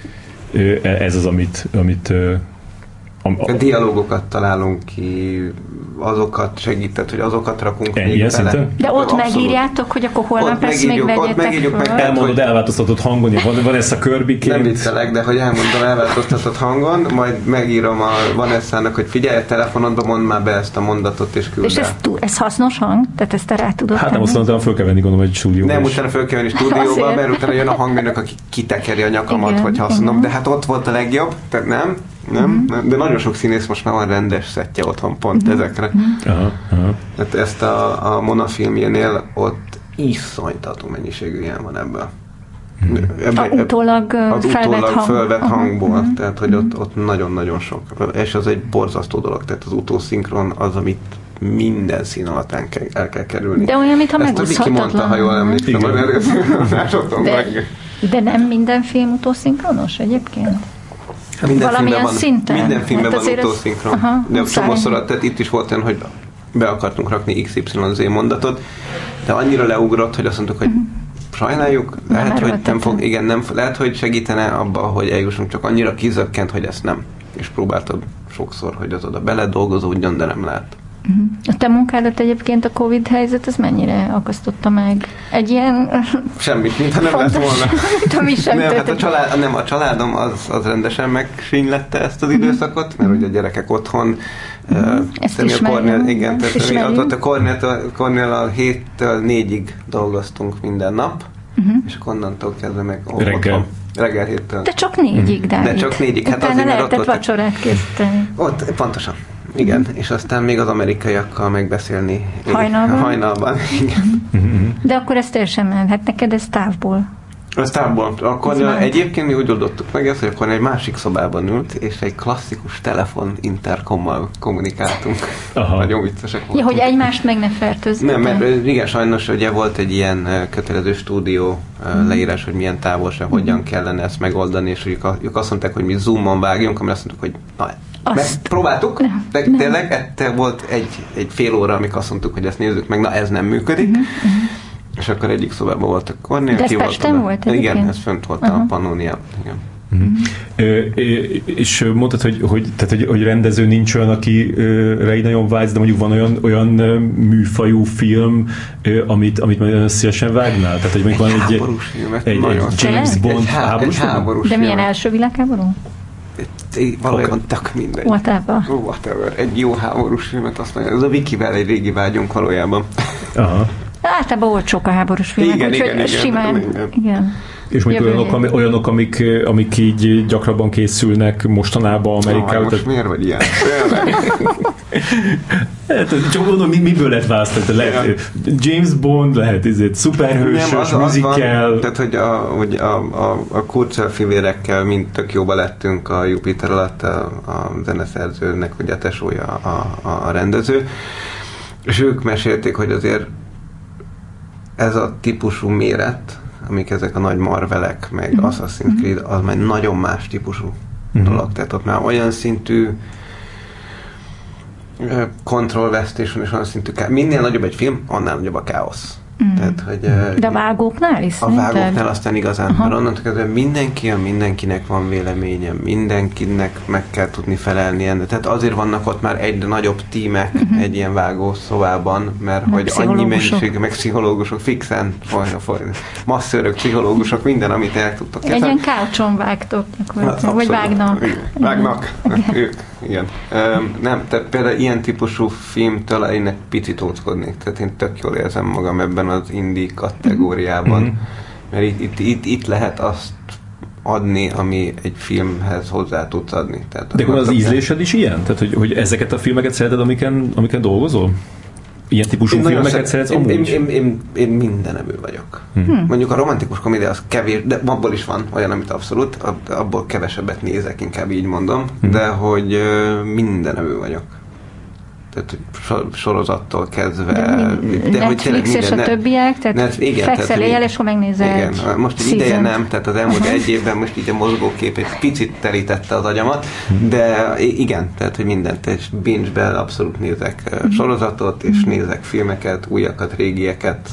[SPEAKER 1] ez az, amit... amit
[SPEAKER 3] a, a dialógokat találunk ki, azokat segített, hogy azokat rakunk
[SPEAKER 1] e, még bele.
[SPEAKER 2] De ott abszolút megírjátok, hogy akkor holnap ezt még vegyetek föl?
[SPEAKER 3] Meg,
[SPEAKER 1] elmondod elváltoztatott hangon, van, van ez a körbiként.
[SPEAKER 3] Nem viccelek, de hogy elmondom elváltoztatott hangon, majd megírom a Vanessa-nak, hogy figyelj, telefonodba mondd már be ezt a mondatot, és küld.
[SPEAKER 2] És ez, ez hasznos hang? Tehát ezt te rá tudod
[SPEAKER 1] Hát nem azt mondtam, föl kell venni, gondolom, egy stúdióba.
[SPEAKER 3] Nem, utána föl kell venni stúdióba, mert utána jön a hangmérnök, aki kitekeri a nyakamat, igen, hogy használom, de hát ott volt a legjobb, tehát nem. Nem? Uh-huh. nem? De nagyon sok színész most már van rendes szettje otthon pont uh-huh. ezekre. Uh-huh. Uh-huh. Hát ezt a, a Mona filmjénél ott iszonytató mennyiségű ilyen van ebből.
[SPEAKER 2] Uh-huh. Ebbe, a utólag
[SPEAKER 3] az
[SPEAKER 2] felvett,
[SPEAKER 3] utólag
[SPEAKER 2] hang.
[SPEAKER 3] fölvett
[SPEAKER 2] uh-huh.
[SPEAKER 3] hangból.
[SPEAKER 2] Uh-huh.
[SPEAKER 3] Tehát, hogy ott, ott nagyon-nagyon sok. És az egy borzasztó dolog. Tehát az utószinkron az, amit minden szín alatt el kell, el kell kerülni.
[SPEAKER 2] De olyan, mintha megúszhatatlan.
[SPEAKER 3] Ezt mondta, ha jól emlékszem.
[SPEAKER 2] De, de nem minden film utószinkronos egyébként?
[SPEAKER 3] Minden
[SPEAKER 2] valamilyen
[SPEAKER 3] filmben
[SPEAKER 2] szinten?
[SPEAKER 3] Van, minden filmben
[SPEAKER 2] hát
[SPEAKER 3] van utószinkron. De csomószor, tehát itt is volt olyan, hogy be akartunk rakni iksz ipszilon zé mondatot, de annyira leugrott, hogy azt mondtuk, hogy uh-huh. sajnáljuk, lehet, nem hogy nem fog, igen, nem, lehet, hogy segítene abba, hogy eljussunk, csak annyira kizökkent, hogy ezt nem. És próbáltad sokszor, hogy az oda beledolgozódjon, de nem lehet.
[SPEAKER 2] Uh-huh. A te munkádat egyébként a Covid helyzet, ez mennyire akasztotta meg? Egy ilyen...
[SPEAKER 3] Semmit, mintha nem lett volna.
[SPEAKER 2] Mint mi sem
[SPEAKER 3] nem, hát a, család, nem, a családom az, az rendesen megsínylette ezt az időszakot, mert ugye a gyerekek otthon
[SPEAKER 2] uh-huh. uh, ezt ismerjem.
[SPEAKER 3] Igen, tehát mi ott a Kornél a héttől négyig dolgoztunk minden nap, uh-huh. és onnantól kezdve meg oh,
[SPEAKER 1] reggel.
[SPEAKER 3] Otthon. Reggel héttől.
[SPEAKER 2] De csak négyig, Dávid.
[SPEAKER 3] De csak négyig. Hát
[SPEAKER 2] utána lehetett ott vacsorát készíteni.
[SPEAKER 3] Ott, pontosan. Igen, mm. és aztán még az amerikaiakkal megbeszélni.
[SPEAKER 2] Hajnalban?
[SPEAKER 3] Hajnalban, igen.
[SPEAKER 2] De akkor ez teljesen ment. Hát neked ez távból.
[SPEAKER 3] Ez távból. Akkor ez egyébként mi úgy oldottuk meg ezt, hogy akkor egy másik szobában ült, és egy klasszikus telefon interkommal kommunikáltunk. Aha. Nagyon viccesek voltunk.
[SPEAKER 2] Ja, hogy egymást meg ne fertőzzük.
[SPEAKER 3] Nem, mert igen, sajnos ugye volt egy ilyen kötelező stúdió mm. leírás, hogy milyen távolság, mm. hogyan kellene ezt megoldani, és ők, ők azt mondták, hogy mi Zoomon vágjunk, amire azt mondtuk, hogy na, azt... próbáltuk, nem, de nem. tényleg ette volt egy, egy fél óra, amik azt mondtuk, hogy ezt nézzük meg, na ez nem működik. Mm-hmm. És akkor egyik szobában volt a Kornél.
[SPEAKER 2] De ez Pesten volt egyébként?
[SPEAKER 3] Igen, ez fönt volt uh-huh. a Pannóniában. Igen.
[SPEAKER 1] Uh-huh. E, és mondtad, hogy, hogy, tehát, hogy, hogy rendező nincs olyan, akire így nagyon vágysz, de mondjuk van olyan, olyan műfajú film, amit, amit nagyon szívesen vágnál? Tehát, hogy mondjuk
[SPEAKER 3] egy
[SPEAKER 1] van
[SPEAKER 3] háborús film,
[SPEAKER 1] egy, egy James Bond
[SPEAKER 3] egy há-
[SPEAKER 1] háborús,
[SPEAKER 3] egy háborús
[SPEAKER 2] De
[SPEAKER 3] film.
[SPEAKER 2] milyen első világháború?
[SPEAKER 3] Valójában okay. tök mindegy.
[SPEAKER 2] Whatever.
[SPEAKER 3] Whatever. Egy jó háborús filmet, azt mondja, ez a Wikivel egy régi vágyunk valójában.
[SPEAKER 1] Aha.
[SPEAKER 2] Általában olcsók a háborús filmek,
[SPEAKER 3] igen, igen, igen,
[SPEAKER 2] simán, igen. igen.
[SPEAKER 1] És mondjuk olyanok, ami, olyanok amik, amik így gyakrabban készülnek mostanában Amerikában.
[SPEAKER 3] Ah, most miért vagy ilyen?
[SPEAKER 1] Csak mondom, miből lehet választani? Lehet James Bond, lehet ezért szuperhősös, musical.
[SPEAKER 3] Tehát, hogy a, hogy a, a, a Kurzel fivérekkel mind tök jóba lettünk a Jupiter alatt, a, a zeneszerzőnek, ugye a tesója a, a, a rendező. És ők mesélték, hogy azért ez a típusú méret, amik ezek a nagy Marvelek, meg mm. Assassin's Creed, az már nagyon más típusú mm. dolog. Tehát ott már olyan szintű kontrollvesztés van, és olyan szintű ká... minél nagyobb egy film, annál nagyobb a káosz.
[SPEAKER 2] Mm. Tehát, hogy, de a vágóknál is?
[SPEAKER 3] A vágóknál aztán igazán, aha. mert onnantól kezdve mindenki, a mindenkinek van véleménye, mindenkinek meg kell tudni felelni ennek. Tehát azért vannak ott már egyre nagyobb tímek uh-huh. egy ilyen vágószobában, mert meg hogy annyi mennyiség, meg pszichológusok, fixen, masszőrök, pszichológusok, minden, amit el tudtok.
[SPEAKER 2] Egy ilyen kácson vágtok, vagy vágnak.
[SPEAKER 3] Vágnak, ők, igen. Nem, tehát például ilyen típusú filmtől én egy picit óckodnék, tehát én tök jól érzem magam ebben az indie kategóriában, mm-hmm. mert itt, itt, itt, itt lehet azt adni, ami egy filmhez hozzá tudsz adni. Tehát
[SPEAKER 1] de akkor az ízlésed is ilyen? Tehát, hogy, hogy ezeket a filmeket szereted, amiken, amiken dolgozol? Ilyen típusú én filmeket szeretsz
[SPEAKER 3] én,
[SPEAKER 1] amúgy?
[SPEAKER 3] Én, én, én, én mindenemű vagyok. Hmm. Mondjuk a romantikus komédia az kevés, de abból is van olyan, amit abszolút, abból kevesebbet nézek, inkább így mondom, hmm. de hogy mindenemű vagyok. Tehát sorozattól kezdve...
[SPEAKER 2] De, de Netflix és a ne, többiek, tehát net, igen, fekszel éjjel, és akkor megnézel
[SPEAKER 3] igen, most egy ideje nem, tehát az elmúlt egy évben most így a mozgókép egy picit terítette az agyamat, de igen, tehát hogy mindent, és binge-ben abszolút nézek sorozatot, és nézek filmeket, újakat, régieket.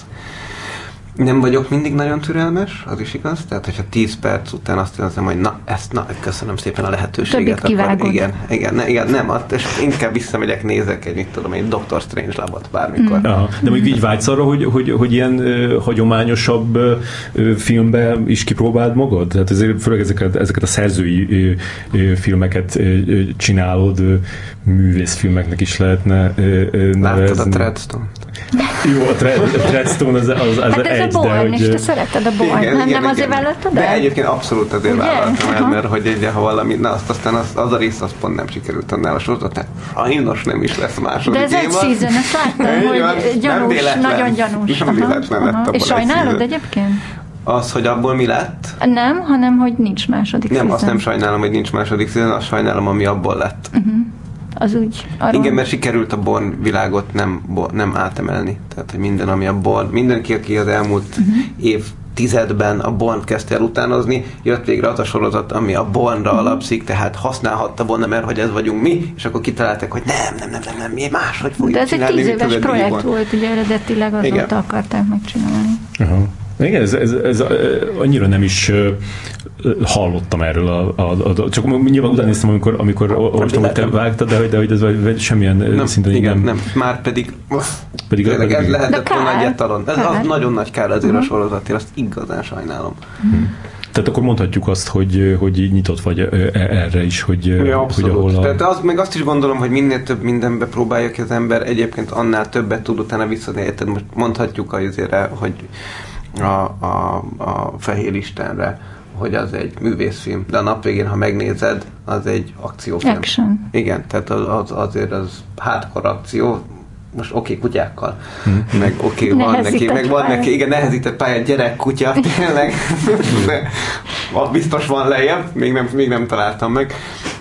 [SPEAKER 3] Nem vagyok mindig nagyon türelmes, az is igaz, tehát hogyha tíz perc után azt érzem, hogy na, ezt, na, köszönöm szépen a lehetőséget.
[SPEAKER 2] Többit kivágod.
[SPEAKER 3] Igen, igen, ne, igen, nem, és inkább visszamegyek, nézek egy, mit tudom, egy Doctor Strange-labot bármikor. Mm.
[SPEAKER 1] Aha, de mondjuk így vágysz arra, hogy, hogy, hogy ilyen ö, hagyományosabb ö, filmbe is kipróbáld magad? Tehát ezért főleg ezeket, ezeket a szerzői ö, ö, filmeket ö, csinálod, ö, művészfilmeknek is lehetne ö, ö, nevezni.
[SPEAKER 3] Láttad a Treadstone?
[SPEAKER 1] Jó, a Treadstone az, az, az
[SPEAKER 2] hát ez
[SPEAKER 1] egy,
[SPEAKER 2] a Bourne, és
[SPEAKER 1] hogy...
[SPEAKER 2] te szereted a Bourne, nem, igen, nem azért vállaltad el?
[SPEAKER 3] De egyébként abszolút azért vállaltam el, mert hogy egy, ha valami, na azt aztán az, az a rész az pont nem sikerült annál a sorozat, tehát sajnos nem is lesz második.
[SPEAKER 2] De ez egy season, ezt láttam, hogy gyanús, nagyon gyanús.
[SPEAKER 3] Nem véletlen lett abban.
[SPEAKER 2] És sajnálod egyébként?
[SPEAKER 3] Az, hogy abból mi lett?
[SPEAKER 2] Nem, hanem hogy nincs második
[SPEAKER 3] Nem,
[SPEAKER 2] season.
[SPEAKER 3] azt nem sajnálom, hogy nincs második season, azt sajnálom, ami abból lett.
[SPEAKER 2] Uh-huh. Az úgy arról...
[SPEAKER 3] Igen, mert sikerült a Bourne világot nem, nem átemelni. Tehát, hogy minden, ami a Bourne, mindenki, aki az elmúlt uh-huh. év tizedben a Bourne kezdte el utánozni, jött végre az a sorozat, ami a Bourne-ra uh-huh. alapszik, tehát használhatta volna, mert hogy ez vagyunk mi, és akkor kitalálták, hogy nem, nem, nem, nem, nem mi máshogy fogjuk
[SPEAKER 2] de ez
[SPEAKER 3] csinálni.
[SPEAKER 2] egy tíz éves projekt volt, ugye eredetileg azóta akarták megcsinálni.
[SPEAKER 1] Uh-huh. Igen, ez, ez, ez annyira nem is uh, hallottam erről, a, a, a, csak nyilván utána néztem, amikor, amikor olvastam, hogy te vágtad, de, de hogy ez vagy, semmilyen nem, szinten
[SPEAKER 3] igen,
[SPEAKER 1] nem...
[SPEAKER 3] nem, már pedig,
[SPEAKER 1] pedig
[SPEAKER 3] tényleg, ez lehetett volna egy etalon. Ez
[SPEAKER 2] kár.
[SPEAKER 3] Az nagyon nagy kár azért uh-huh. a sorozatért, azt igazán sajnálom.
[SPEAKER 1] Uh-huh. Tehát akkor mondhatjuk azt, hogy, hogy így nyitott vagy erre is, hogy,
[SPEAKER 3] ja,
[SPEAKER 1] hogy ahol a...
[SPEAKER 3] Tehát az, meg azt is gondolom, hogy minél több mindenbe próbálja ki az ember, egyébként annál többet tud utána visszadni. Érted, most mondhatjuk azért, hogy a, a, a Fehér Istenre, hogy az egy művészfilm, de a nap végén, ha megnézed, az egy akciófilm.
[SPEAKER 2] Action.
[SPEAKER 3] Igen, tehát az, az, azért az hardcore akció, most oké, okay, kutyákkal, hmm. meg oké, okay, van neki, meg van neki, igen, nehezített pályát, gyerek, kutya, tényleg, de biztos van lejjebb, még nem, még nem találtam meg.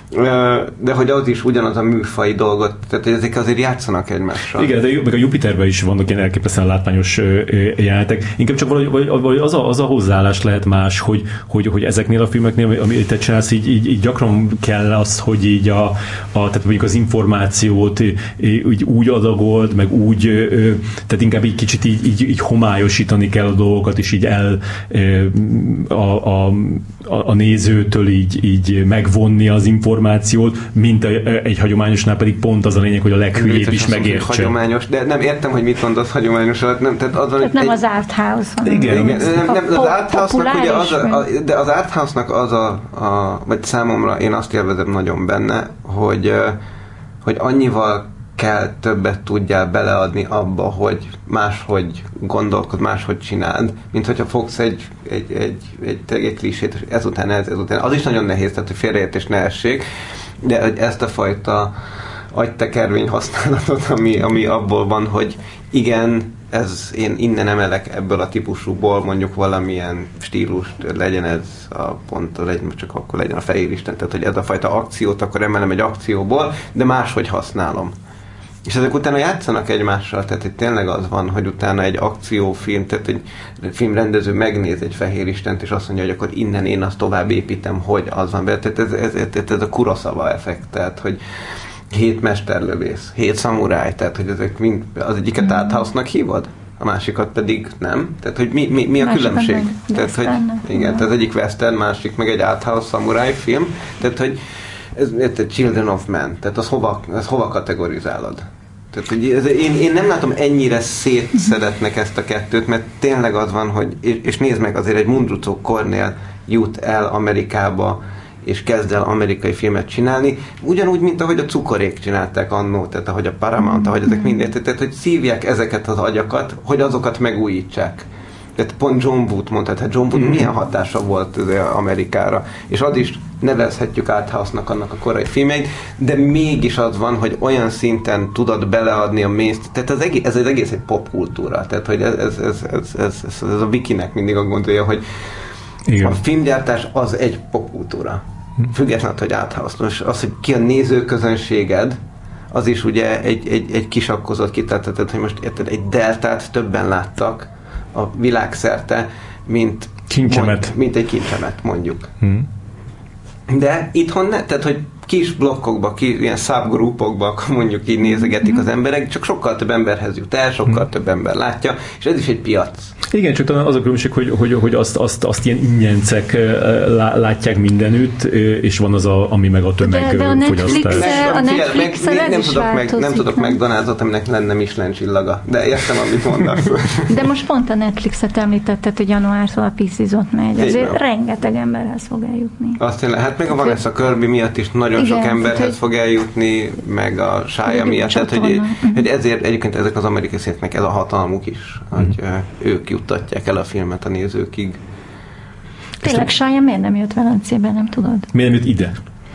[SPEAKER 3] De hogy az is ugyanaz a műfai dolgot, tehát hogy ezek azért játszanak egymással.
[SPEAKER 1] Igen, de meg a Jupiterben is vannak ilyen elképesztően látványos jelenetek. Inkább csak valahogy, vagy az, a, az a hozzáállás lehet más, hogy, hogy, hogy ezeknél a filmeknél, amit te csinálsz, így, így, így gyakran kell az, hogy így a, a tehát mondjuk az információt így úgy adagold, meg úgy, tehát inkább így kicsit így, így, így homályosítani kell a dolgokat, és így el a, a, a nézőtől így, így megvonni az információt, információt, mint a, egy hagyományosnál pedig pont az a lényeg, hogy a leghülyébb is megértse.
[SPEAKER 3] Hagyományos, de nem értem, hogy mit mondasz hagyományos alatt. Nem, tehát az,
[SPEAKER 2] tehát nem
[SPEAKER 3] egy,
[SPEAKER 2] az art house.
[SPEAKER 3] Igen, igen. Nem, nem, az art house-nak ugye az a, a, de az art house-nak az a, a, vagy számomra én azt élvezem nagyon benne, hogy, hogy annyival kell többet tudjál beleadni abba, hogy máshogy gondolkod, máshogy csináld, mint hogyha fogsz egy, egy, egy, egy, egy, egy klisét, és ezután ez, ezután. Az is nagyon nehéz, tehát hogy félreértés ne essék, de hogy ezt a fajta agytekervény használatot, ami, ami abból van, hogy igen, ez, én innen emelek ebből a típusúból mondjuk valamilyen stílust, legyen ez a pont, legyen, csak akkor legyen a Fehér Isten, tehát hogy ez a fajta akciót, akkor emelem egy akcióból, de máshogy használom. És ezek utána játszanak egymással, tehát itt tényleg az van, hogy utána egy akciófilm, tehát egy filmrendező megnéz egy Fehér Istent, és azt mondja, hogy akkor innen én azt tovább építem, hogy az van be. Tehát ez, ez, ez, ez a Kurosawa effekt, tehát hogy hét mesterlövész, hét szamuráj, tehát hogy ezek mind, az egyiket art house-nak hívod, a másikat pedig nem. Tehát, hogy mi, mi, mi a Másik különbség? Tehát, hogy igen, tehát az egyik western, másik meg egy art house szamuráj film, tehát, hogy ez, ez Children of Men, tehát az hova, az hova kategorizálod? Tehát, hogy ez, én, én nem látom ennyire szétszedetnek ezt a kettőt, mert tényleg az van, hogy, és, és nézd meg, azért egy Mundrucó Kornél jut el Amerikába, és kezd el amerikai filmet csinálni, ugyanúgy, mint ahogy a Cukorék csinálták annó, tehát ahogy a Paramount, ahogy ezek mindent, tehát hogy szívják ezeket az agyakat, hogy azokat megújítsák. tehát pont John Wood mondta, tehát John Wood mm. milyen hatása volt Amerikára, és az is nevezhetjük arthouse-nak annak a korai filmeit, de mégis az van, hogy olyan szinten tudod beleadni a mainstream, tehát az egész, ez az egész egy popkultúra, tehát hogy ez, ez, ez, ez, ez, ez, ez a Wikinek mindig a gondolja, hogy igen. A filmgyártás az egy popkultúra. Függetlenül, hogy arthouse. Most az, hogy ki a nézőközönséged, az is ugye egy, egy, egy kisakkozott kitettetet, hogy most érted, egy deltát többen láttak a világszerte, mint,
[SPEAKER 1] mond,
[SPEAKER 3] mint egy kincsemet, mondjuk.
[SPEAKER 1] Hmm.
[SPEAKER 3] De itthon ne, tehát, hogy kis blokkokba, kis, ilyen subgroupokba mondjuk így nézegetik mm-hmm. az emberek, csak sokkal több emberhez jut el, sokkal mm. több ember látja, és ez is egy piac.
[SPEAKER 1] Igen, csak talán az a különbség, hogy, hogy, hogy azt, azt, azt ilyen ingyencek látják mindenütt, és van az, a, ami meg a tömegfogyasztás.
[SPEAKER 2] A Netflix-el
[SPEAKER 3] nem tudok meg, nem tudok McDonald's-ot, aminek lenne Michelin csillaga, de értem, amit mondasz.
[SPEAKER 2] De most pont a Netflixet említetted, hogy januártól a Pieces-ot megy, azért rengeteg emberhez fog eljutni.
[SPEAKER 3] Azt tényleg, hát meg a Vanessa Kirby miatt is nagyon igen, sok emberhez hogy fog eljutni, meg a Shia miatt, tehát hogy, hogy ezért egyébként ezek az amerikai színeknek ez a hatalmuk is, mm. hogy uh, ők juttatják el a filmet a nézőkig.
[SPEAKER 2] Tényleg Shia miért nem jött Velencében, nem tudod?
[SPEAKER 1] Miért nem jött ide?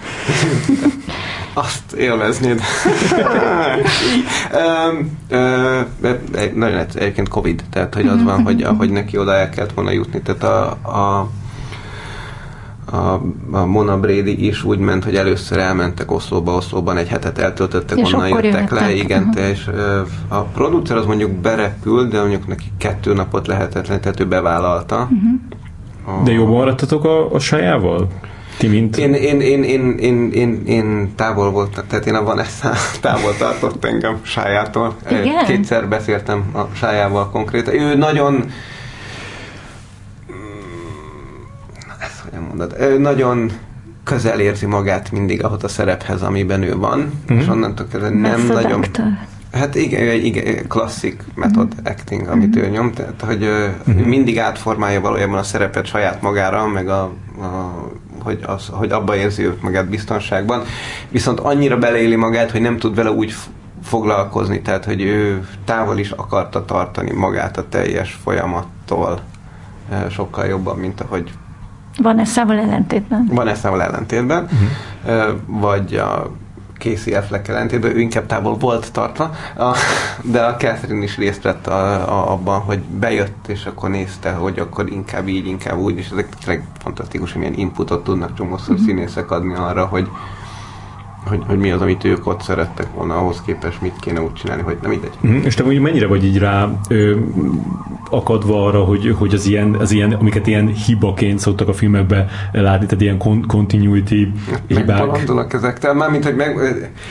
[SPEAKER 3] Azt élveznéd. um, uh, nagyon egyébként Covid, tehát hogy az van, hogy ahogy neki oda el kellett volna jutni, tehát a, a A, a Mona Brady is úgy ment, hogy először elmentek Oszlóba, Oszlóban egy hetet eltöltöttek, és onnan jöttek jöttek le, igen, uh-huh. és a producer az mondjuk berepült, de mondjuk neki kettő napot lehetetlen, tehát ő bevállalta. Uh-huh. A...
[SPEAKER 1] De jobban maradtatok a, a Shia-val? Ti mint?
[SPEAKER 3] Én, én, én, én, én, én, én távol voltam, tehát én a Vanessa távol tartott engem Shia-tól. Kétszer beszéltem a Shia-val konkrétan. Ő nagyon mondod. Ő nagyon közel érzi magát mindig ahhoz a szerephez, amiben ő van, mm-hmm. és onnantól kezdve nem nagyon... Actor. Hát igen, igen, klasszik method mm-hmm. acting, amit mm-hmm. ő nyom, tehát hogy mm-hmm. mindig átformálja valójában a szerepet saját magára, meg a, a hogy, az, hogy abba érzi őt magát biztonságban, viszont annyira beleéli magát, hogy nem tud vele úgy foglalkozni, tehát hogy ő távol is akarta tartani magát a teljes folyamattól sokkal jobban, mint ahogy
[SPEAKER 2] Vanessa-val ellentétben.
[SPEAKER 3] Vanessa-val ellentétben, uh-huh. vagy a Casey Affleck ellentétben, ő inkább távol volt tartva, a, de a Catherine is részt vett a, a, abban, hogy bejött, és akkor nézte, hogy akkor inkább így, inkább úgy, és ezek tényleg fantasztikus, hogy milyen inputot tudnak csomószor uh-huh. színészek adni arra, hogy Hogy, hogy mi az, amit ők ott szerettek volna, ahhoz képest mit kéne úgy csinálni, hogy nem mindegy.
[SPEAKER 1] Mm, és te mondjuk mennyire vagy így rá ö, akadva arra, hogy, hogy az, ilyen, az ilyen, amiket ilyen hibaként szoktak a filmekbe látni, tehát ilyen con- continuity hibák.
[SPEAKER 3] Megbalandulok ezektől, mármint, hogy meg...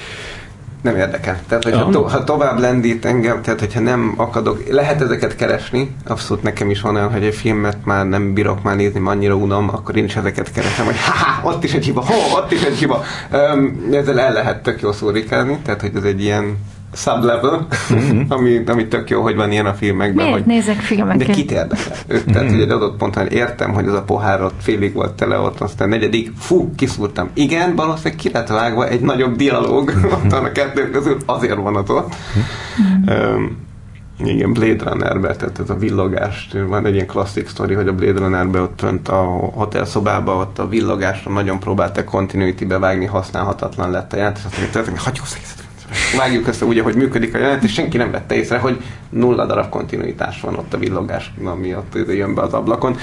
[SPEAKER 3] Nem érdekel. Tehát, hogyha to, ha tovább lendít engem, tehát, hogyha nem akadok, lehet ezeket keresni, abszolút nekem is van olyan, hogy egy filmet már nem bírok már nézni, már annyira unom, akkor én is ezeket keresem, hogy ha ott is egy hiba, ho, ott is egy hiba. Um, ezzel el lehet tök jó szórikázni, tehát, hogy ez egy ilyen sublevel, mm-hmm. ami, ami tök jó, hogy van ilyen a filmekben.
[SPEAKER 2] Miért
[SPEAKER 3] hogy,
[SPEAKER 2] nézek filmeket?
[SPEAKER 3] De kit érdekel? Őt, mm-hmm. Tehát, hogy egy adott ponton értem, hogy az a pohár ott félig volt tele, ott aztán negyedik, fú, kiszúrtam. Igen, valószínűleg ki lett vágva egy nagyobb dialóg mm-hmm. ott a kettő közül, azért van az ott. Mm-hmm. Um, igen, Blade Runnerben, tehát ez a villogást, van egy ilyen klasszik sztori, hogy a Blade Runnerben ott fönt a hotelszobában, ott a villogásra nagyon próbáltak continuity-be vágni, használhatatlan lett a jelentés, azt mondja, hogy hagyjuk vágjuk össze úgy, ahogy működik a jelenet, és senki nem vette észre, hogy nulla darab kontinuitás van ott a villogás miatt, jön be az ablakon.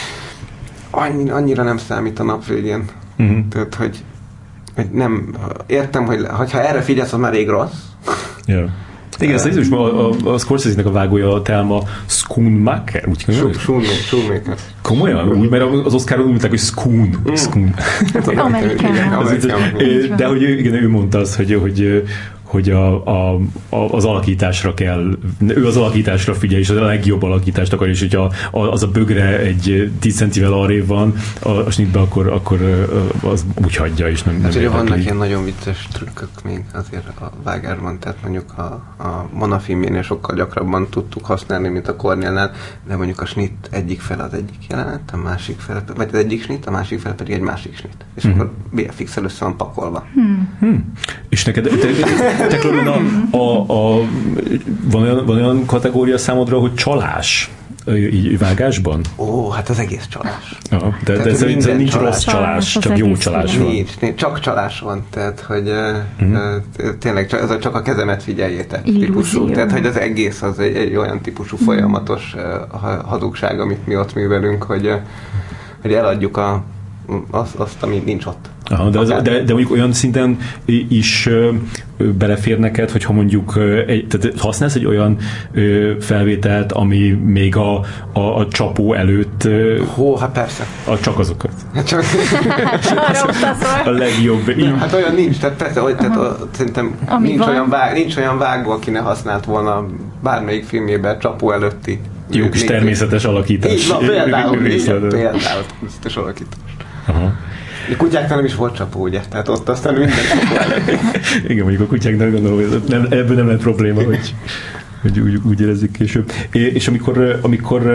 [SPEAKER 3] Annyi, annyira nem számít a nap végén. Uh-huh. Tehát, hogy, hogy nem, értem, hogy ha erre figyelsz, az már rég rossz.
[SPEAKER 1] Yeah. Igen, ez is a, a, a Scorsese-nek a vágója, a Thelma Schoonmaker, úgy mondjuk?
[SPEAKER 3] Schoonmaker.
[SPEAKER 1] Komolyan? Úgy, mert az Oscaron úgy mondták, hogy Schoon.
[SPEAKER 3] Mm.
[SPEAKER 1] Schoon.
[SPEAKER 2] Amerikában.
[SPEAKER 1] De hogy igen, ő mondta azt, hogy, hogy hogy a, a, a, az alakításra kell, ő az alakításra figyel, és a legjobb alakítást akar, és hogyha az a bögre egy tíz centivel arrébb van a, a snitbe, akkor, akkor az úgy hagyja, és nem, nem
[SPEAKER 3] hát, érdekli. Vannak ilyen nagyon vicces trükkök még azért a vágásban, tehát mondjuk a, a Mona filmjénél sokkal gyakrabban tudtuk használni, mint a Cornélnál, de mondjuk a snit egyik fel az egyik jelenet, a másik fel, vagy az egyik snit, a másik fel pedig egy másik snit. És mm-hmm. akkor bé ef iksszel össze van pakolva.
[SPEAKER 2] Hmm.
[SPEAKER 1] Hmm. És neked te, te, te, a, a, a, van, olyan, van olyan kategória számodra, hogy csalás? így vágásban?
[SPEAKER 3] Ó, hát az egész csalás.
[SPEAKER 1] Aha, de, de ez, ez nincs csalás. Rossz csalás, csalás csak jó csalás van.
[SPEAKER 3] Nincs, nincs, csak csalás van, tehát, hogy uh-huh. tényleg csak, ez a, csak a kezemet figyeljétek típusú. Tehát, hogy az egész az egy, egy olyan típusú folyamatos hazugság, amit mi ott művelünk, hogy, hogy eladjuk a, azt, azt, ami nincs ott.
[SPEAKER 1] Aha, de, az, de, de mondjuk olyan szinten is ö, belefér neked, hogyha mondjuk egy, tehát használsz egy olyan ö, felvételt, ami még a, a, a csapó előtt ö,
[SPEAKER 3] hó, hát persze.
[SPEAKER 1] A, csak azokat.
[SPEAKER 3] Csak
[SPEAKER 1] a legjobb.
[SPEAKER 3] Nem, hát olyan nincs, tehát persze, hogy, tehát, a, szerintem nincs olyan, vág, nincs olyan vágó, aki ne használt volna bármelyik filmjében csapó előtti.
[SPEAKER 1] Jó kis természetes alakítás.
[SPEAKER 3] Így, na, például, például, például természetes alakítás. Aha. A kutyáknál nem is volt csapó, ugye? Tehát ott aztán minden csapó előtt.
[SPEAKER 1] Igen, mondjuk a kutyáknál gondolom, hogy nem, ebből nem lett probléma, hogy, hogy úgy, úgy érezzük később. És amikor, amikor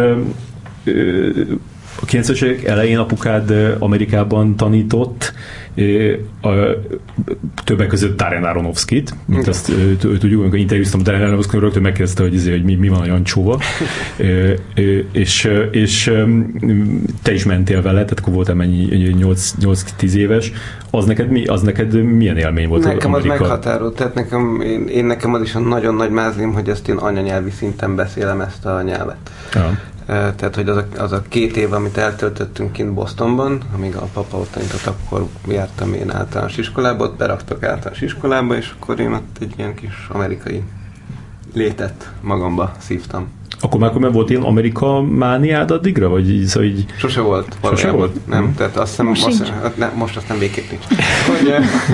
[SPEAKER 1] a kilencvenes évek elején apukád Amerikában tanított, a, többek között Darren Aronofskit, mint mm. azt tudjuk, amikor interjúztam Darren Aronofskit, rögtön megkérdezte, hogy, hogy mi, mi van a Jancsóval, és, és te is mentél vele, tehát akkor voltál mennyi nyolc-tíz éves, az neked, mi, az neked milyen élmény volt?
[SPEAKER 3] Nekem Amerika? Az meghatározó, tehát nekem, én, én nekem az is a nagyon nagy mázlim, hogy ezt én anyanyelvi szinten beszélem ezt a nyelvet. Ja. Tehát, hogy az a, az a két év, amit eltöltöttünk kint Bostonban, amíg a papa ott tanított, akkor jártam én általános iskolába, ott beraktak általános iskolába, és akkor én ott egy ilyen kis amerikai létet magamba szívtam.
[SPEAKER 1] Akkor már, akkor már volt ilyen Amerika mániád addigra? Vagy így, szóval így...
[SPEAKER 3] Sose volt.
[SPEAKER 1] Sose volt?
[SPEAKER 3] Nem, hmm. tehát azt hiszem, most, azt, ne, most azt nem végképp nincs. Hogy,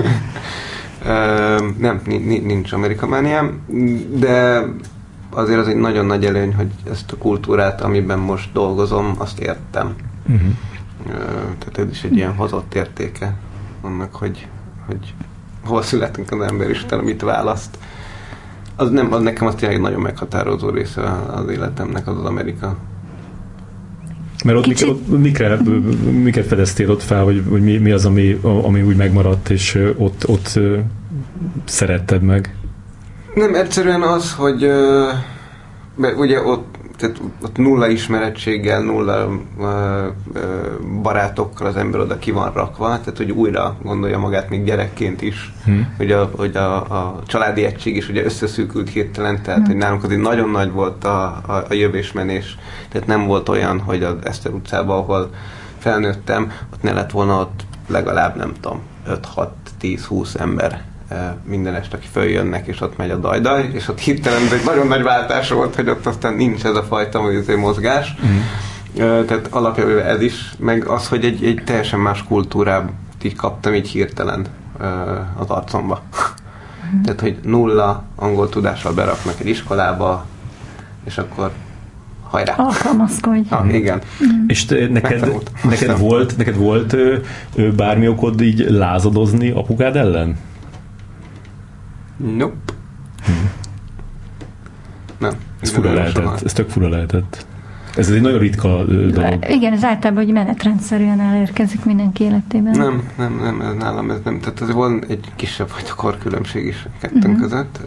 [SPEAKER 3] uh, nem, nincs Amerika mániám, de azért az egy nagyon nagy előny, hogy ezt a kultúrát, amiben most dolgozom, azt értem. Uh-huh. Tehát ez is egy ilyen hozott értéke annak, hogy, hogy hol születünk az ember Isten, mit választ. Az, nem, az nekem az tényleg nagyon meghatározó része az életemnek, az az Amerika.
[SPEAKER 1] Mert ott, mikre, ott mikre, miket fedeztél ott fel, vagy, vagy mi, mi az, ami, ami úgy megmaradt, és ott, ott szeretted meg?
[SPEAKER 3] Nem, egyszerűen az, hogy mert ugye ott, tehát ott nulla ismerettséggel, nulla uh, uh, barátokkal az ember oda ki van rakva, tehát hogy újra gondolja magát még gyerekként is, hmm. hogy, a, hogy a, a családi egység is ugye összeszűkült hirtelen, tehát hmm. hogy nálunk azért nagyon nagy volt a, a, a jövésmenés, tehát nem volt olyan, hogy az Eszter utcában, ahol felnőttem, ott ne lett volna ott legalább nem tudom, öt-hat-tíz-húsz ember minden este, aki följönnek, és ott megy a dajdaj, és ott hirtelen egy nagyon nagy váltás volt, hogy ott aztán nincs ez a fajta mozgás. Mm. Tehát alapjában ez is, meg az, hogy egy, egy teljesen más kultúrát így kaptam így hirtelen az arcomba. Mm. Tehát, hogy nulla angol tudással beraknak egy iskolába, és akkor hajrá.
[SPEAKER 2] Alkalmazkodj.
[SPEAKER 3] Ah, igen.
[SPEAKER 1] Mm. És te, neked, neked volt, neked volt bármi okod így lázadozni apukád ellen?
[SPEAKER 3] Nope. Hmm. Nem.
[SPEAKER 1] Ez fura lehetett. Ez tök fura lehetett. Ez egy nagyon ritka dolog.
[SPEAKER 2] Igen, ez általában, hogy menetrendszerűen elérkezik mindenki életében.
[SPEAKER 3] Nem, nem, nem, ez nálam ez nem. Tehát ez van egy kisebb fajta korkülönbség is kettőnk uh-huh. között.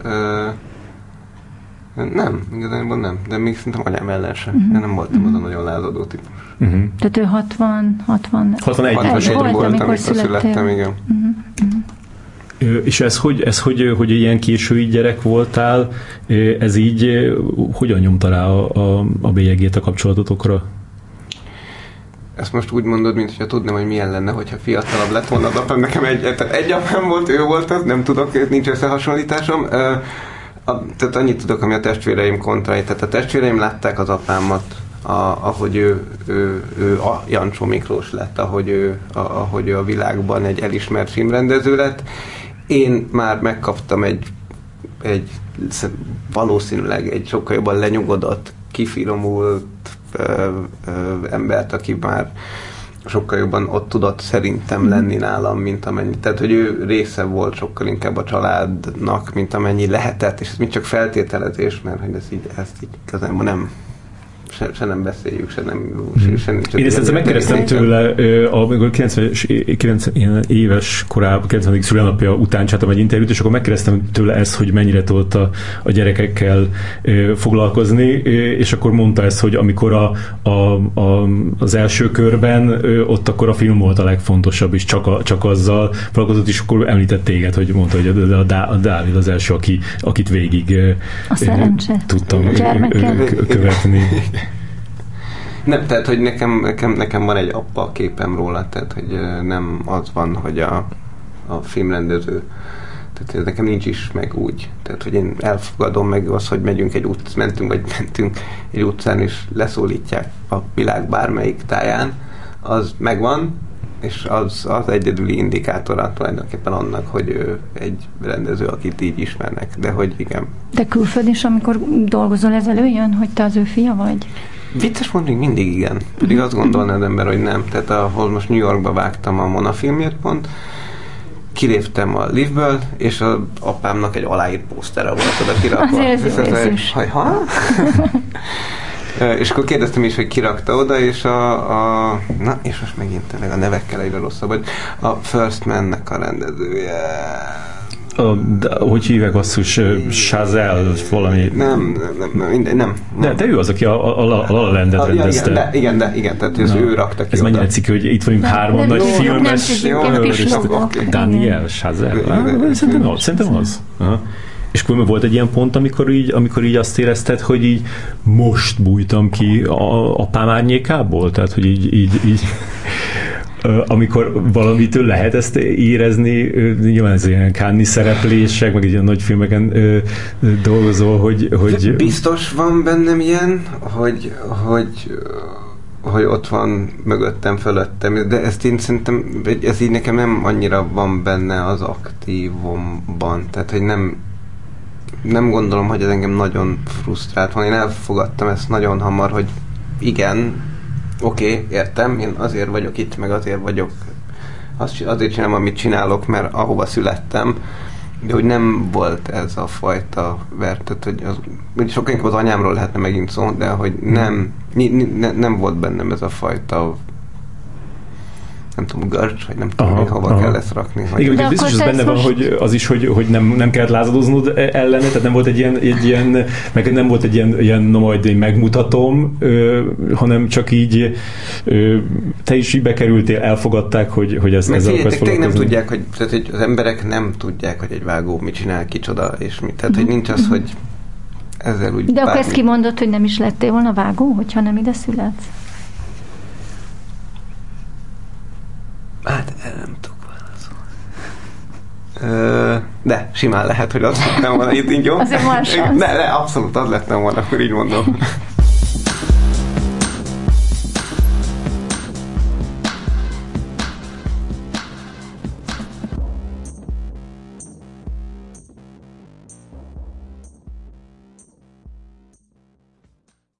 [SPEAKER 3] Uh, nem, igazából nem. De még szerintem anyám ellen sem. Uh-huh. Én nem voltam uh-huh. az a nagyon lázadó típus.
[SPEAKER 2] Uh-huh. Tehát ő hatvan, hatvan...
[SPEAKER 1] hatvanegy
[SPEAKER 3] volt, volt, amikor születtem, igen.
[SPEAKER 2] Uh-huh. Uh-huh.
[SPEAKER 1] És ez, hogy, ez hogy, hogy ilyen késői gyerek voltál, ez így hogyan nyomta rá a, a, a bélyegét a kapcsolatotokra?
[SPEAKER 3] Ezt most úgy mondod, mintha tudnám, hogy milyen lenne, hogyha fiatalabb lett volna az apám. Nekem egy, tehát egy apám volt, ő volt az, nem tudok, nincs összehasonlításom. A, tehát annyit tudok, ami a testvéreim kontrai. Tehát a testvéreim látták az apámat, a, ahogy ő, ő, ő a Jancsó Miklós lett, ahogy ő, a, ahogy ő a világban egy elismert filmrendező lett. Én már megkaptam egy, egy valószínűleg egy sokkal jobban lenyugodott, kifinomult ö, ö, embert, aki már sokkal jobban ott tudott szerintem lenni nálam, mint amennyi. Tehát, hogy ő része volt sokkal inkább a családnak, mint amennyi lehetett, és ez mind csak feltételezés, mert hogy ez így, ezt így igazából nem se, se nem beszéljük, se nem... Se, se nincs.
[SPEAKER 1] Én ezt egyszer megkérdeztem tőle, amikor kilencven éves korában, kilencvenedik szülinapja után csináltam egy interjút, és akkor megkérdeztem tőle ezt, hogy mennyire tudott a, a gyerekekkel foglalkozni, és akkor mondta ezt, hogy amikor a, a, a, az első körben ott akkor a film volt a legfontosabb, és csak, a, csak azzal foglalkozott, és akkor említett téged, hogy mondta, hogy a, a, a Dávid az első, aki, akit végig tudtam követni.
[SPEAKER 3] Nem, tehát, hogy nekem, nekem, nekem van egy apa képem róla, tehát, hogy nem az van, hogy a, a filmrendező, tehát nekem nincs is meg úgy. Tehát, hogy én elfogadom meg az, hogy megyünk egy utcán, mentünk, vagy mentünk egy utcán, és leszólítják a világ bármelyik táján, az megvan, és az, az egyedüli indikátora tulajdonképpen annak, hogy ő egy rendező, akit így ismernek. De hogy igen.
[SPEAKER 2] De külföld is, amikor dolgozol, ez előjön, hogy te az ő fia vagy?
[SPEAKER 3] Vicces mondani, mindig igen. Pedig azt gondolná az ember, hogy nem. Tehát ahol most New Yorkba vágtam a Mona filmjét pont, kiléptem a liftből, és az apámnak egy aláírt posztere volt oda kirakva.
[SPEAKER 2] Azért ez érzős.
[SPEAKER 3] Ha? És akkor kérdeztem is, hogy kirakta oda, és a, a na, és most megint tényleg a nevekkel egyre rosszabb, hogy a First Man-nek a rendezője.
[SPEAKER 1] A, de, hogy hívják basszus, Chazelle, valami...
[SPEAKER 3] Nem, nem, nem, minden, nem.
[SPEAKER 1] De, de ő az, aki a, a, a La La Landet rendezte.
[SPEAKER 3] Igen, de, igen, de, igen, tehát ez ő rakta ki.
[SPEAKER 1] Ez mennyire cikk, hogy itt vagyunk hárman nagy filmes... Daniel Chazelle. Szerintem az. Aha. És akkor volt egy ilyen pont, amikor így, amikor így azt érezted, hogy így most bújtam ki a apám árnyékából? Tehát, hogy így, így, így amikor valamitől lehet ezt érezni, nyilván ez ilyen Cannes-i szereplések, meg egy ilyen nagy filmeken dolgozol, hogy, hogy...
[SPEAKER 3] Biztos van bennem ilyen, hogy, hogy, hogy ott van mögöttem, fölöttem, de ezt én szerintem, ez így nekem nem annyira van benne az aktívumban, tehát, hogy nem nem gondolom, hogy ez engem nagyon frusztrált van. Én elfogadtam ezt nagyon hamar, hogy igen, oké, okay, értem, én azért vagyok itt, meg azért vagyok, azért csinálom, amit csinálok, mert ahova születtem, de hogy nem volt ez a fajta vertet, hogy az, sokkal inkább az anyámról lehetne megint szó, de hogy nem, ne, nem volt bennem ez a fajta nem tudom, görcs, vagy nem tudom, aha, hova aha. kell ezt rakni.
[SPEAKER 1] Hogy... Igen, ugye biztos, hogy benne van, most... hogy az is, hogy, hogy nem, nem kellett lázadoznod ellene, tehát nem volt egy ilyen, egy ilyen meg nem volt egy ilyen, ilyen no majd én megmutatom, ö, hanem csak így ö, te is így bekerültél, elfogadták, hogy, hogy ez, ezzel akarsz foglalkozni.
[SPEAKER 3] Nem tudják, hogy, tehát, hogy az emberek nem tudják, hogy egy vágó mit csinál, kicsoda, és mit. Tehát, hogy nincs az, hogy ezzel úgy...
[SPEAKER 2] De bármi... akkor ezt kimondod, hogy nem is lettél volna vágó, hogyha nem ide születsz?
[SPEAKER 3] Hát erre nem tudok válaszolni. De simán lehet, hogy az lettem volna itt így jó.
[SPEAKER 2] Azért van szansz.
[SPEAKER 3] Ne, ne, abszolút az lettem volna, akkor így mondom.